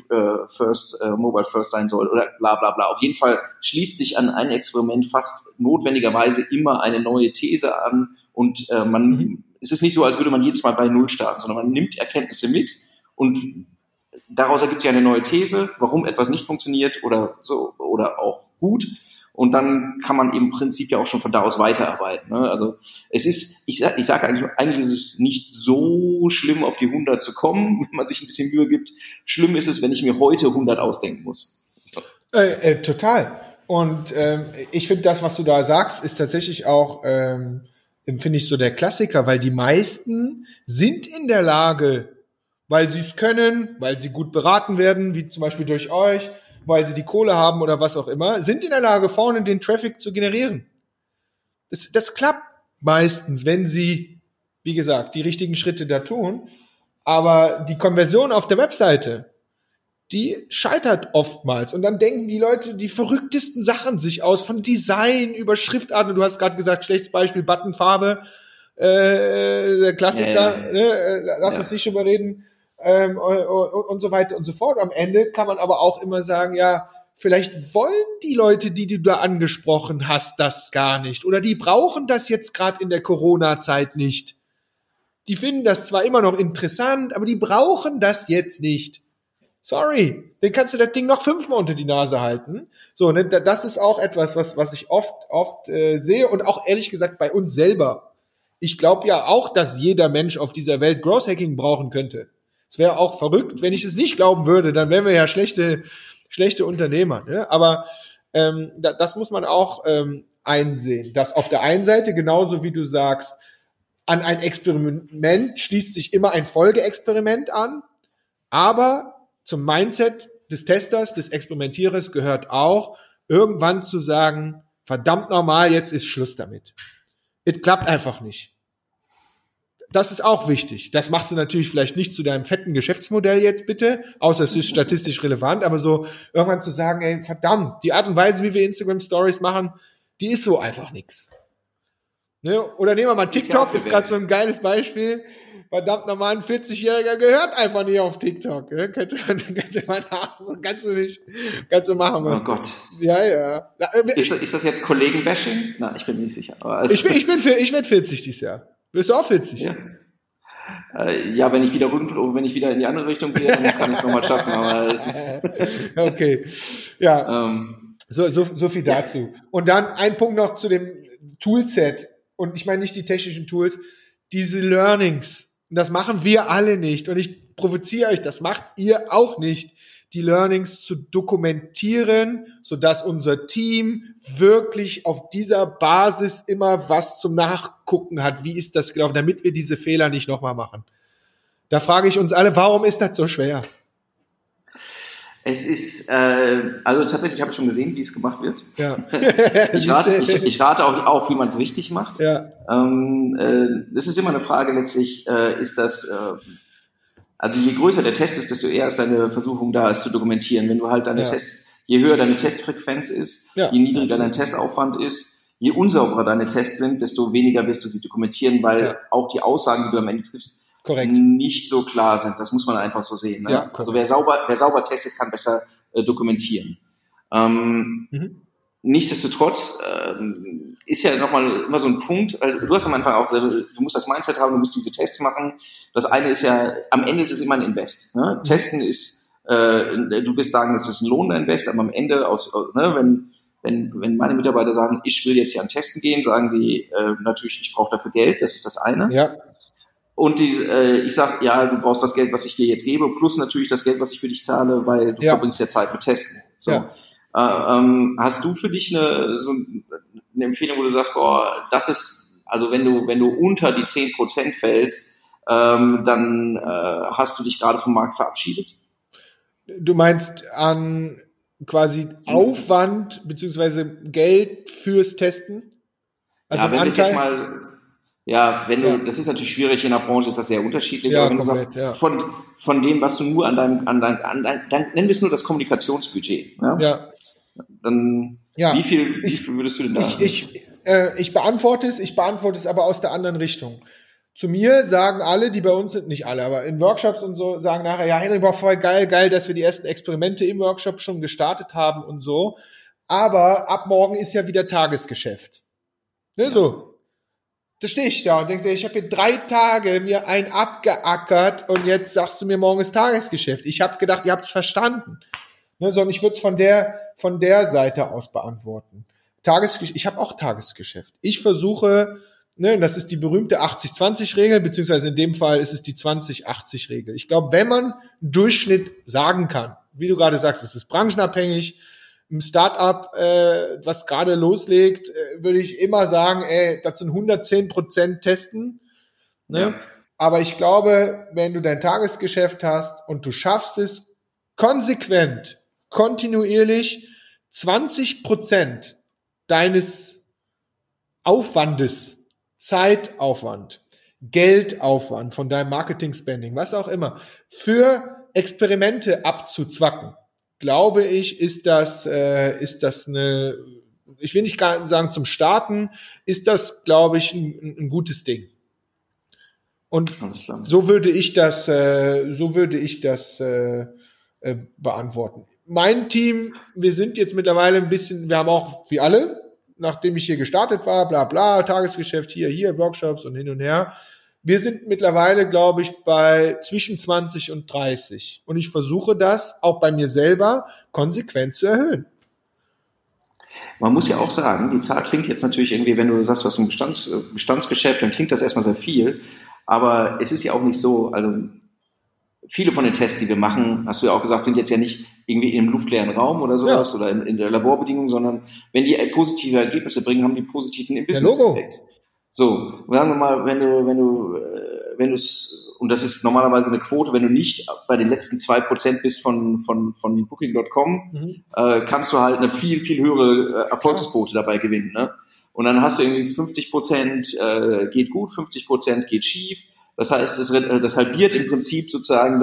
First sein soll oder bla bla bla. Auf jeden Fall schließt sich an ein Experiment fast notwendigerweise immer eine neue These an und es ist nicht so, als würde man jedes Mal bei Null starten, sondern man nimmt Erkenntnisse mit und daraus ergibt sich eine neue These, warum etwas nicht funktioniert oder so oder auch gut. Und dann kann man im Prinzip ja auch schon von da aus weiterarbeiten. Ne? Also es ist, ich sage eigentlich ist es nicht so schlimm, auf die 100 zu kommen, wenn man sich ein bisschen Mühe gibt. Schlimm ist es, wenn ich mir heute 100 ausdenken muss. Total. Und ich finde, das, was du da sagst, ist tatsächlich auch, finde ich so der Klassiker, weil die meisten sind in der Lage, weil sie es können, weil sie gut beraten werden, wie zum Beispiel durch euch, weil sie die Kohle haben oder was auch immer, sind in der Lage, vorne den Traffic zu generieren. Das klappt meistens, wenn sie, wie gesagt, die richtigen Schritte da tun. Aber die Konversion auf der Webseite, die scheitert oftmals. Und dann denken die Leute die verrücktesten Sachen sich aus, von Design über Schriftarten. Du hast gerade gesagt, schlechtes Beispiel, Buttonfarbe, der Klassiker, lass uns nicht drüber reden. Und so weiter und so fort. Am Ende kann man aber auch immer sagen, ja, vielleicht wollen die Leute, die du da angesprochen hast, das gar nicht. Oder die brauchen das jetzt gerade in der Corona-Zeit nicht. Die finden das zwar immer noch interessant, aber die brauchen das jetzt nicht. Sorry, dann kannst du das Ding noch 5-mal unter die Nase halten. So, ne, das ist auch etwas, was ich oft sehe und auch ehrlich gesagt bei uns selber. Ich glaube ja auch, dass jeder Mensch auf dieser Welt Growth Hacking brauchen könnte. Es wäre auch verrückt, wenn ich es nicht glauben würde, dann wären wir ja schlechte Unternehmer. Ne? Aber das muss man auch einsehen, dass auf der einen Seite, genauso wie du sagst, an ein Experiment schließt sich immer ein Folgeexperiment an, aber zum Mindset des Testers, des Experimentierers gehört auch, irgendwann zu sagen, verdammt normal, jetzt ist Schluss damit. Es klappt einfach nicht. Das ist auch wichtig. Das machst du natürlich vielleicht nicht zu deinem fetten Geschäftsmodell jetzt bitte, außer es ist statistisch relevant, aber so irgendwann zu sagen, ey, verdammt, die Art und Weise, wie wir Instagram Stories machen, die ist so einfach nix. Ne? Oder nehmen wir mal TikTok, ist gerade so ein geiles Beispiel. Verdammt nochmal, ein 40-Jähriger gehört einfach nicht auf TikTok. Ne? Könnte man kannst du machen. Was oh Gott. Ja. Ist das jetzt Kollegen-Bashing? Nein, ich bin mir nicht sicher. Aber ich werde 40 dieses Jahr. Wirst du auch 40? Ja. Ja, wenn ich wieder in die andere Richtung gehe, dann kann ich es nochmal schaffen, aber es ist... Okay. Ja. So viel dazu. Ja. Und dann ein Punkt noch zu dem Toolset. Und ich meine nicht die technischen Tools, diese Learnings. Und das machen wir alle nicht. Und ich provoziere euch, das macht ihr auch nicht, die Learnings zu dokumentieren, sodass unser Team wirklich auf dieser Basis immer was zum Nachgucken hat. Wie ist das gelaufen, damit wir diese Fehler nicht nochmal machen? Da frage ich uns alle, warum ist das so schwer? Es ist, also tatsächlich habe ich schon gesehen, wie es gemacht wird. Ja. Ich rate auch, wie man es richtig macht. Ja. Es ist immer eine Frage letztlich, ist das... Also je größer der Test ist, desto eher ist deine Versuchung da, es zu dokumentieren. Wenn du halt deine Tests, je höher deine Testfrequenz ist, je niedriger dein Testaufwand ist, je unsauberer deine Tests sind, desto weniger wirst du sie dokumentieren, weil auch die Aussagen, die du am Ende triffst, nicht so klar sind. Das muss man einfach so sehen. Ne? Ja, also wer sauber testet, kann besser dokumentieren. Nichtsdestotrotz ist ja nochmal immer so ein Punkt, du hast am Anfang auch, du musst das Mindset haben, du musst diese Tests machen. Das eine ist ja, am Ende ist es immer ein Invest. Ne? Testen ist, du wirst sagen, es ist ein lohnender Invest, aber am Ende, wenn meine Mitarbeiter sagen, ich will jetzt hier an Testen gehen, sagen die natürlich, ich brauche dafür Geld, das ist das eine. Ja. Und ich sage, ja, du brauchst das Geld, was ich dir jetzt gebe, plus natürlich das Geld, was ich für dich zahle, weil du verbringst ja Zeit mit Testen. So. Ja. Hast du für dich eine Empfehlung, wo du sagst, boah, das ist, also wenn du unter die 10% fällst, dann hast du dich gerade vom Markt verabschiedet? Du meinst an quasi Aufwand beziehungsweise Geld fürs Testen? Also ja, wenn das jetzt mal... Ja, das ist natürlich schwierig, in der Branche ist das sehr unterschiedlich, aber wenn komplett, du sagst, von dem, was du nur an dein, nennen wir es nur das Kommunikationsbudget, dann wie viel würdest du denn da? Ich beantworte es aber aus der anderen Richtung. Zu mir sagen alle, die bei uns sind, nicht alle, aber in Workshops und so, sagen nachher, ja, Henry, war voll geil, dass wir die ersten Experimente im Workshop schon gestartet haben und so, aber ab morgen ist ja wieder Tagesgeschäft. Ne, so. Da stehe ich da und denke, ich habe hier 3 Tage mir einen abgeackert und jetzt sagst du mir, morgen ist Tagesgeschäft. Ich habe gedacht, ihr habt es verstanden. Ne, sondern ich würde es von der Seite aus beantworten. Ich habe auch Tagesgeschäft. Ich versuche, das ist die berühmte 80-20-Regel, beziehungsweise in dem Fall ist es die 20-80-Regel. Ich glaube, wenn man einen Durchschnitt sagen kann, wie du gerade sagst, es ist branchenabhängig, im Startup, was gerade loslegt, würde ich immer sagen, das sind 110% testen. Ne? Ja. Aber ich glaube, wenn du dein Tagesgeschäft hast und du schaffst es konsequent, kontinuierlich 20% deines Aufwandes, Zeitaufwand, Geldaufwand von deinem Marketing-Spending, was auch immer, für Experimente abzuzwacken, glaube ich, ist das eine, ich will nicht sagen zum Starten, ist das, glaube ich, ein gutes Ding. Und so würde ich das beantworten. Mein Team, wir sind jetzt mittlerweile ein bisschen, wir haben auch, wie alle, nachdem ich hier gestartet war, bla bla, Tagesgeschäft hier, Workshops und hin und her. Wir sind mittlerweile, glaube ich, bei zwischen 20 und 30. Und ich versuche das auch bei mir selber konsequent zu erhöhen. Man muss ja auch sagen, die Zahl klingt jetzt natürlich irgendwie, wenn du sagst, du hast ein Bestandsgeschäft, dann klingt das erstmal sehr viel. Aber es ist ja auch nicht so, also viele von den Tests, die wir machen, hast du ja auch gesagt, sind jetzt ja nicht irgendwie in einem luftleeren Raum oder sowas oder in der Laborbedingung, sondern wenn die positive Ergebnisse bringen, haben die positiven Business-Effekt. So, sagen wir mal, wenn du und das ist normalerweise eine Quote, wenn du nicht bei den letzten 2% bist von Booking.com, kannst du halt eine viel, viel höhere Erfolgsquote dabei gewinnen, ne? Und dann hast du irgendwie 50% geht gut, 50% geht schief. Das heißt, das halbiert im Prinzip sozusagen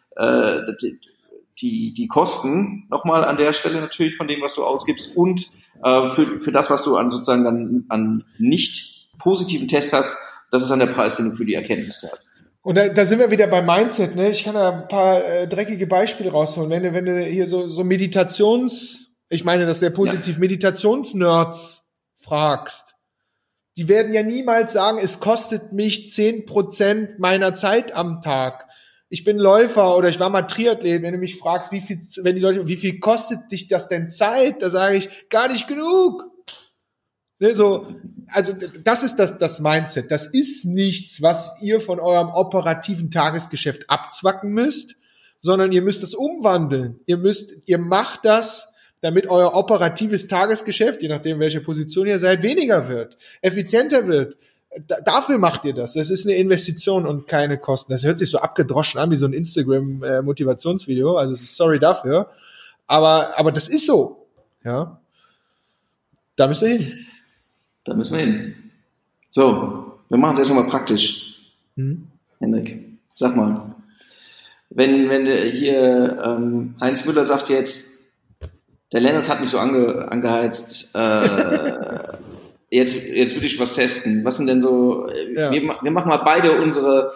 die Kosten nochmal an der Stelle natürlich von dem, was du ausgibst und für das, was du sozusagen dann an nicht positiven Tests hast, das ist dann der Preis, den du für die Erkenntnisse hast. Und da sind wir wieder bei Mindset, ne? Ich kann da ein paar dreckige Beispiele rausholen. Wenn du hier so ich meine das sehr positiv, Meditationsnerds fragst, die werden ja niemals sagen, es kostet mich 10% meiner Zeit am Tag. Ich bin Läufer oder ich war mal Triathlet. Wenn du mich fragst, wie viel kostet dich das denn Zeit? Da sage ich, gar nicht genug. Ne, also das ist das Mindset. Das ist nichts, was ihr von eurem operativen Tagesgeschäft abzwacken müsst, sondern ihr müsst es umwandeln. Ihr macht das, damit euer operatives Tagesgeschäft, je nachdem welche Position ihr seid, weniger wird, effizienter wird. Dafür macht ihr das. Das ist eine Investition und keine Kosten. Das hört sich so abgedroschen an wie so ein Instagram-Motivationsvideo. Also sorry dafür. Aber das ist so. Ja. Da müsst ihr hin. Da müssen wir hin. So, wir machen es erst mal praktisch. Hendrik, sag mal, wenn hier Heinz Müller sagt jetzt, der Lennartz hat mich so angeheizt, jetzt würde ich was testen. Was sind denn so, wir machen mal beide unsere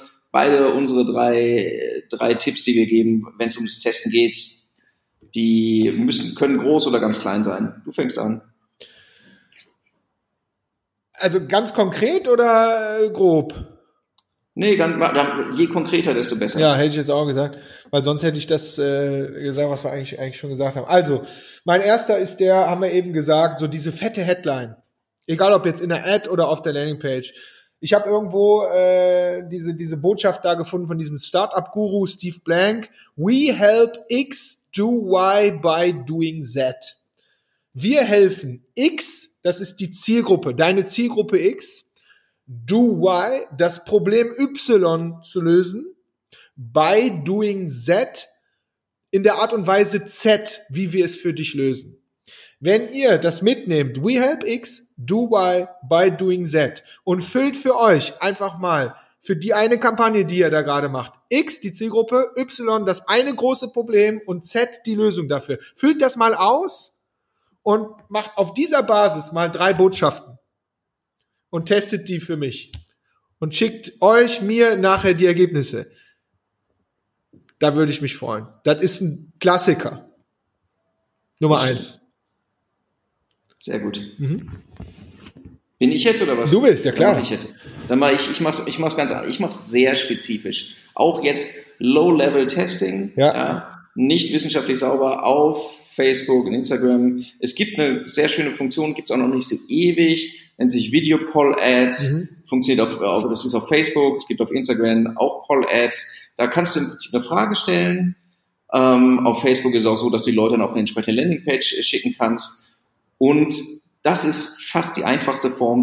drei Tipps, die wir geben, wenn es um das Testen geht. Die können groß oder ganz klein sein. Du fängst an. Also ganz konkret oder grob? Nee, je konkreter, desto besser. Ja, hätte ich jetzt auch gesagt, weil sonst hätte ich das gesagt, was wir eigentlich schon gesagt haben. Also, mein erster ist haben wir eben gesagt, so diese fette Headline. Egal ob jetzt in der Ad oder auf der Landingpage. Ich habe irgendwo diese Botschaft da gefunden von diesem Startup-Guru Steve Blank. We help X do Y by doing Z. Wir helfen X, das ist die Zielgruppe, deine Zielgruppe X, do Y, das Problem Y zu lösen, by doing Z, in der Art und Weise Z, wie wir es für dich lösen. Wenn ihr das mitnehmt, we help X, do Y, by doing Z und füllt für euch einfach mal für die eine Kampagne, die ihr da gerade macht, X, die Zielgruppe, Y, das eine große Problem und Z, die Lösung dafür. Füllt das mal aus und macht auf dieser Basis mal 3 Botschaften und testet die für mich und schickt mir nachher die Ergebnisse. Da würde ich mich freuen. Das ist ein Klassiker. Nummer 1. Sehr gut. Bin ich jetzt oder was? Du bist, ja klar. Mach ich jetzt. Dann mache ich mach's ganz anders. Ich mach's sehr spezifisch. Auch jetzt Low-Level-Testing. Ja. Nicht wissenschaftlich sauber auf Facebook und Instagram. Es gibt eine sehr schöne Funktion, gibt's auch noch nicht so ewig, nennt sich Video Poll Ads, funktioniert das ist auf Facebook, es gibt auf Instagram auch Poll Ads. Da kannst du im Prinzip eine Frage stellen. Auf Facebook ist es auch so, dass du die Leute dann auf eine entsprechende Landingpage schicken kannst. Und das ist fast die einfachste Form.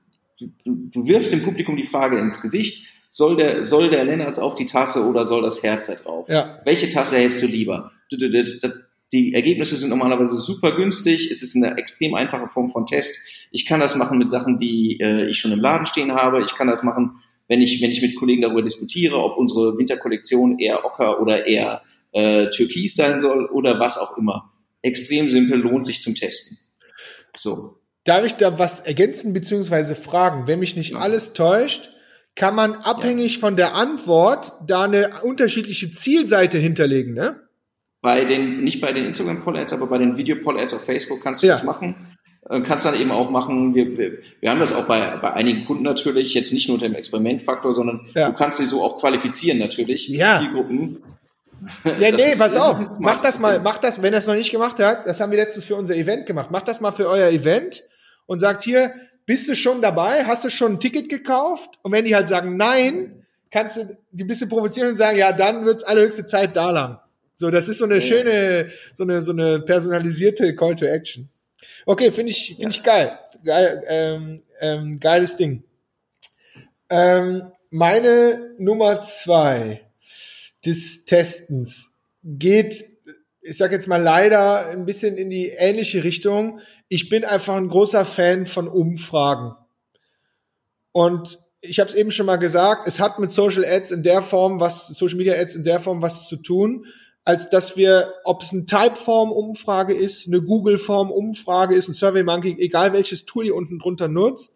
Du wirfst dem Publikum die Frage ins Gesicht. Soll der Lennartz auf die Tasse oder soll das Herz da drauf? Ja. Welche Tasse hältst du lieber? Die Ergebnisse sind normalerweise super günstig. Es ist eine extrem einfache Form von Test. Ich kann das machen mit Sachen, die ich schon im Laden stehen habe. Ich kann das machen, wenn ich mit Kollegen darüber diskutiere, ob unsere Winterkollektion eher Ocker oder eher Türkis sein soll oder was auch immer. Extrem simpel, lohnt sich zum Testen. So. Darf ich da was ergänzen bzw. fragen? Wenn mich nicht alles täuscht, kann man abhängig von der Antwort da eine unterschiedliche Zielseite hinterlegen, ne? Nicht bei den Instagram Poll Ads, aber bei den Video Poll Ads auf Facebook kannst du das machen. Kannst dann eben auch machen, wir haben das auch bei einigen Kunden natürlich, jetzt nicht nur unter dem Experimentfaktor, sondern du kannst sie so auch qualifizieren natürlich, Zielgruppen. Ja, pass auf, mach das, wenn er es noch nicht gemacht hat, das haben wir letztens für unser Event gemacht, mach das mal für euer Event und sagt hier, bist du schon dabei, hast du schon ein Ticket gekauft? Und wenn die halt sagen nein, kannst du die ein bisschen provozieren und sagen, ja, dann wird's allerhöchste Zeit da lang. So, das ist so eine schöne, so eine personalisierte Call to Action. Okay, finde ich geil. Geiles Ding. Meine Nummer 2 des Testens geht, ich sag jetzt mal leider, ein bisschen in die ähnliche Richtung. Ich bin einfach ein großer Fan von Umfragen. Und ich habe es eben schon mal gesagt, es hat mit Social Media Ads in der Form was zu tun, als dass wir, ob es eine Typeform-Umfrage ist, eine Google-Form-Umfrage ist, ein SurveyMonkey, egal welches Tool ihr unten drunter nutzt,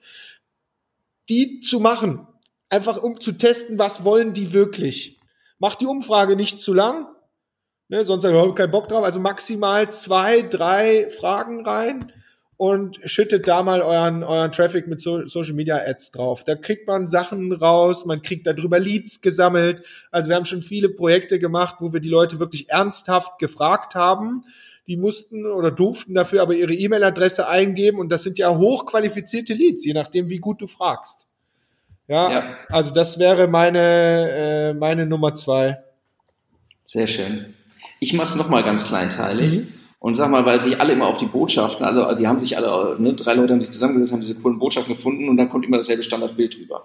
die zu machen, einfach um zu testen, was wollen die wirklich. Macht die Umfrage nicht zu lang, ne, sonst haben wir keinen Bock drauf, also maximal 2, 3 Fragen rein und schüttet da mal euren Traffic mit Social Media Ads drauf. Da kriegt man Sachen raus, man kriegt darüber Leads gesammelt. Also wir haben schon viele Projekte gemacht, wo wir die Leute wirklich ernsthaft gefragt haben. Die mussten oder durften dafür aber ihre E-Mail-Adresse eingeben und das sind ja hochqualifizierte Leads, je nachdem, wie gut du fragst. Ja. Also das wäre meine Nummer 2. Sehr schön. Ich mache es nochmal ganz kleinteilig. Und sag mal, weil sich alle immer auf die Botschaften, also die haben sich alle, 3 Leute haben sich zusammengesetzt, haben diese coolen Botschaften gefunden und dann kommt immer dasselbe Standardbild drüber.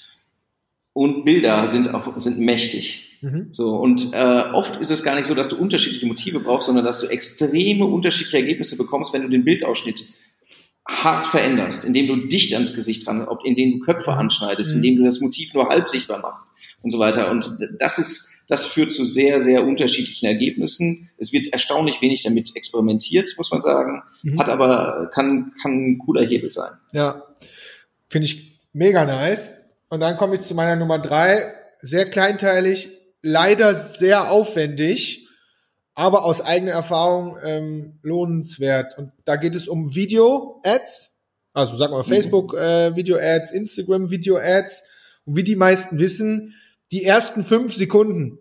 Und Bilder sind mächtig. So, und oft ist es gar nicht so, dass du unterschiedliche Motive brauchst, sondern dass du extreme unterschiedliche Ergebnisse bekommst, wenn du den Bildausschnitt hart veränderst, indem du dicht ans Gesicht ran, indem du Köpfe anschneidest, indem du das Motiv nur halb sichtbar machst und so weiter. Und das führt zu sehr, sehr unterschiedlichen Ergebnissen. Es wird erstaunlich wenig damit experimentiert, muss man sagen, kann ein cooler Hebel sein. Ja, finde ich mega nice. Und dann komme ich zu meiner Nummer 3, sehr kleinteilig, leider sehr aufwendig, aber aus eigener Erfahrung lohnenswert. Und da geht es um Video-Ads, also sagen wir Facebook Video-Ads, Instagram Video-Ads. Und wie die meisten wissen, die ersten 5 Sekunden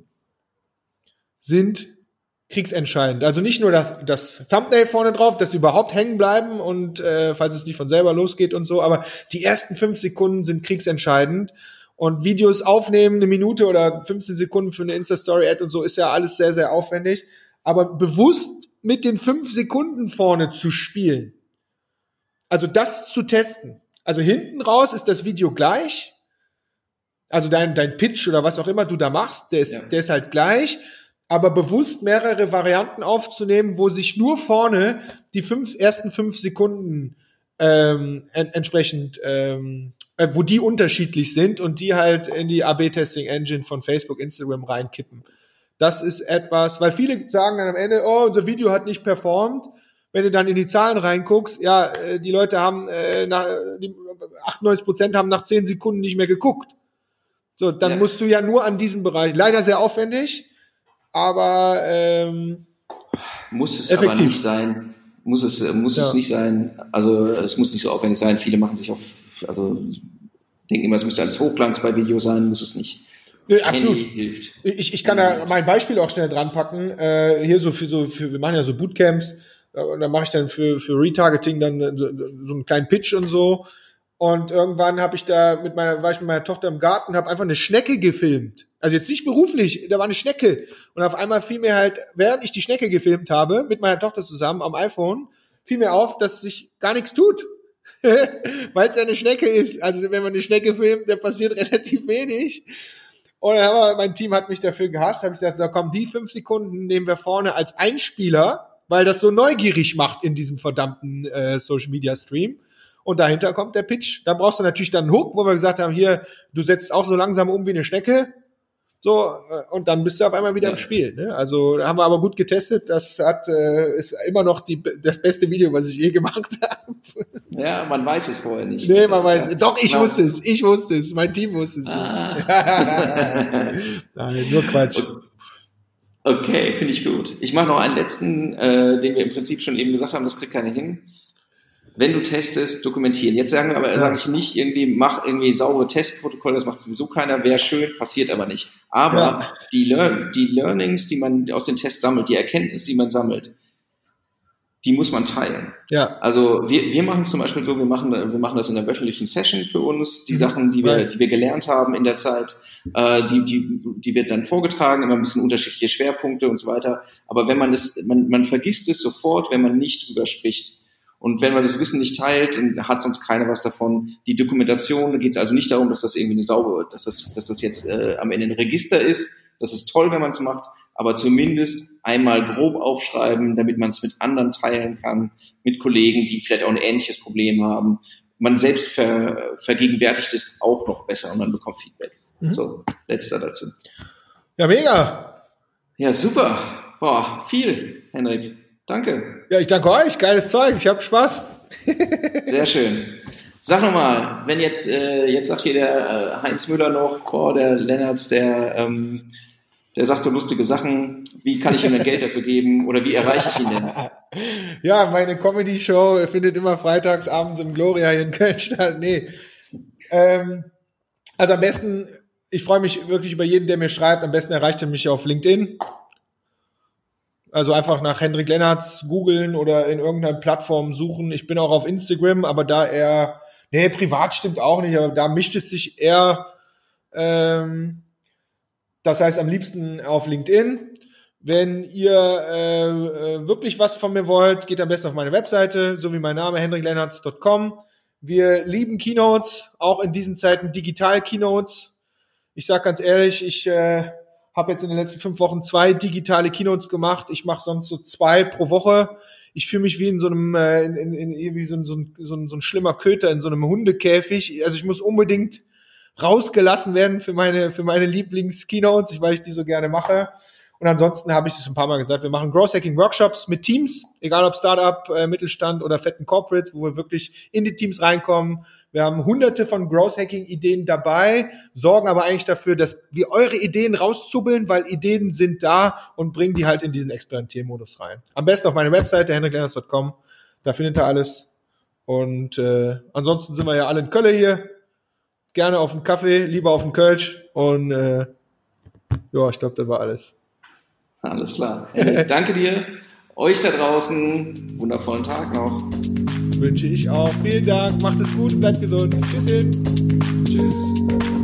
sind kriegsentscheidend. Also nicht nur das Thumbnail vorne drauf, dass sie überhaupt hängen bleiben und falls es nicht von selber losgeht und so, aber die ersten 5 Sekunden sind kriegsentscheidend. Und Videos aufnehmen, 1 Minute oder 15 Sekunden für eine Insta-Story-Ad und so, ist ja alles sehr, sehr aufwendig. Aber bewusst mit den 5 Sekunden vorne zu spielen, also das zu testen. Also hinten raus ist das Video gleich, also dein Pitch oder was auch immer du da machst, der ist halt gleich, aber bewusst mehrere Varianten aufzunehmen, wo sich nur vorne die ersten 5 Sekunden entsprechend wo die unterschiedlich sind und die halt in die AB-Testing-Engine von Facebook, Instagram reinkippen. Das ist etwas, weil viele sagen dann am Ende, oh, unser Video hat nicht performt. Wenn du dann in die Zahlen reinguckst, ja, die Leute haben, 98% haben nach 10 Sekunden nicht mehr geguckt. So, dann musst du ja nur an diesem Bereich, leider sehr aufwendig, aber muss es effektiv. Aber nicht sein. Muss es nicht sein. Also es muss nicht so aufwendig sein. Viele machen sich denken immer, es müsste alles Hochglanz bei Video sein, muss es nicht. Nee, absolut. Hilft. Ich kann da mein Beispiel auch schnell dran packen. Hier wir machen ja so Bootcamps, und da mache ich dann für Retargeting dann so einen kleinen Pitch und so. Und irgendwann war ich mit meiner Tochter im Garten, habe einfach eine Schnecke gefilmt. Also jetzt nicht beruflich, da war eine Schnecke. Und auf einmal fiel mir halt, während ich die Schnecke gefilmt habe, mit meiner Tochter zusammen am iPhone, fiel mir auf, dass sich gar nichts tut. Weil es ja eine Schnecke ist. Also wenn man eine Schnecke filmt, da passiert relativ wenig. Und dann mein Team hat mich dafür gehasst, habe ich gesagt, so komm, die 5 Sekunden nehmen wir vorne als Einspieler, weil das so neugierig macht in diesem verdammten Social Media Stream. Und dahinter kommt der Pitch. Da brauchst du natürlich dann einen Hook, wo wir gesagt haben, hier, du setzt auch so langsam um wie eine Schnecke. So, und dann bist du auf einmal wieder im Spiel. Ne? Also haben wir aber gut getestet. Das ist immer noch das beste Video, was ich je gemacht habe. Ja, man weiß es vorher nicht. Nee, man weiß es. Doch, ich wusste es. Ich wusste es. Mein Team wusste es nicht. Nein, nur Quatsch. Okay, finde ich gut. Ich mache noch einen letzten, den wir im Prinzip schon eben gesagt haben, das kriegt keiner hin. Wenn du testest, dokumentieren. Jetzt sage ich nicht mach irgendwie saubere Testprotokolle, das macht sowieso keiner, wäre schön, passiert aber nicht. Aber die Learnings, die man aus den Tests sammelt, die Erkenntnisse, die man sammelt, die muss man teilen. Ja. Also wir machen es zum Beispiel so, wir machen das in einer wöchentlichen Session für uns, die Sachen, die wir gelernt haben in der Zeit, die wird dann vorgetragen, immer ein bisschen unterschiedliche Schwerpunkte und so weiter. Aber wenn man vergisst es sofort, wenn man nicht drüber spricht. Und wenn man das Wissen nicht teilt, dann hat sonst keiner was davon. Die Dokumentation, da geht es also nicht darum, dass das irgendwie eine saubere, dass das jetzt am Ende ein Register ist. Das ist toll, wenn man es macht, aber zumindest einmal grob aufschreiben, damit man es mit anderen teilen kann, mit Kollegen, die vielleicht auch ein ähnliches Problem haben. Man selbst vergegenwärtigt es auch noch besser und man bekommt Feedback. So, letzter dazu. Ja, mega. Ja, super. Boah, viel, Henrik. Danke. Ja, ich danke euch. Geiles Zeug. Ich habe Spaß. Sehr schön. Sag nochmal, wenn jetzt sagt hier der Heinz Müller noch, der Lennartz, der sagt so lustige Sachen, wie kann ich ihm denn Geld dafür geben oder wie erreiche ich ihn denn? Ja, meine Comedy-Show findet immer freitags abends im Gloria hier in Köln statt. Nee. Also am besten, ich freue mich wirklich über jeden, der mir schreibt. Am besten erreicht er mich auf LinkedIn. Also einfach nach Hendrik Lennartz googeln oder in irgendeiner Plattform suchen. Ich bin auch auf Instagram, aber privat stimmt auch nicht, aber da mischt es sich eher, das heißt am liebsten auf LinkedIn. Wenn ihr wirklich was von mir wollt, geht am besten auf meine Webseite, so wie mein Name, hendriklennartz.com. Wir lieben Keynotes, auch in diesen Zeiten Digital-Keynotes. Ich sag ganz ehrlich, ich habe jetzt in den letzten 5 Wochen 2 digitale Keynotes gemacht. Ich mache sonst so 2 pro Woche. Ich fühle mich wie in so einem wie so ein schlimmer Köter in so einem Hundekäfig. Also ich muss unbedingt rausgelassen werden für meine Lieblings-Keynotes, weil ich die so gerne mache. Und ansonsten habe ich es ein paar Mal gesagt, wir machen Growth Hacking Workshops mit Teams, egal ob Startup, Mittelstand oder fetten Corporates, wo wir wirklich in die Teams reinkommen. Wir haben hunderte von Growth Hacking Ideen dabei, sorgen aber eigentlich dafür, dass wir eure Ideen rauszubbeln, weil Ideen sind da und bringen die halt in diesen Experimentiermodus rein. Am besten auf meine Webseite hendriklennartz.com, da findet ihr alles. Und ansonsten sind wir ja alle in Köln hier. Gerne auf einen Kaffee, lieber auf einen Kölsch. Und ich glaube, das war alles. Alles klar. Henrik, danke dir. Euch da draußen, wundervollen Tag noch. Wünsche ich auch. Vielen Dank. Macht es gut und bleibt gesund. Tschüss. Tschüss.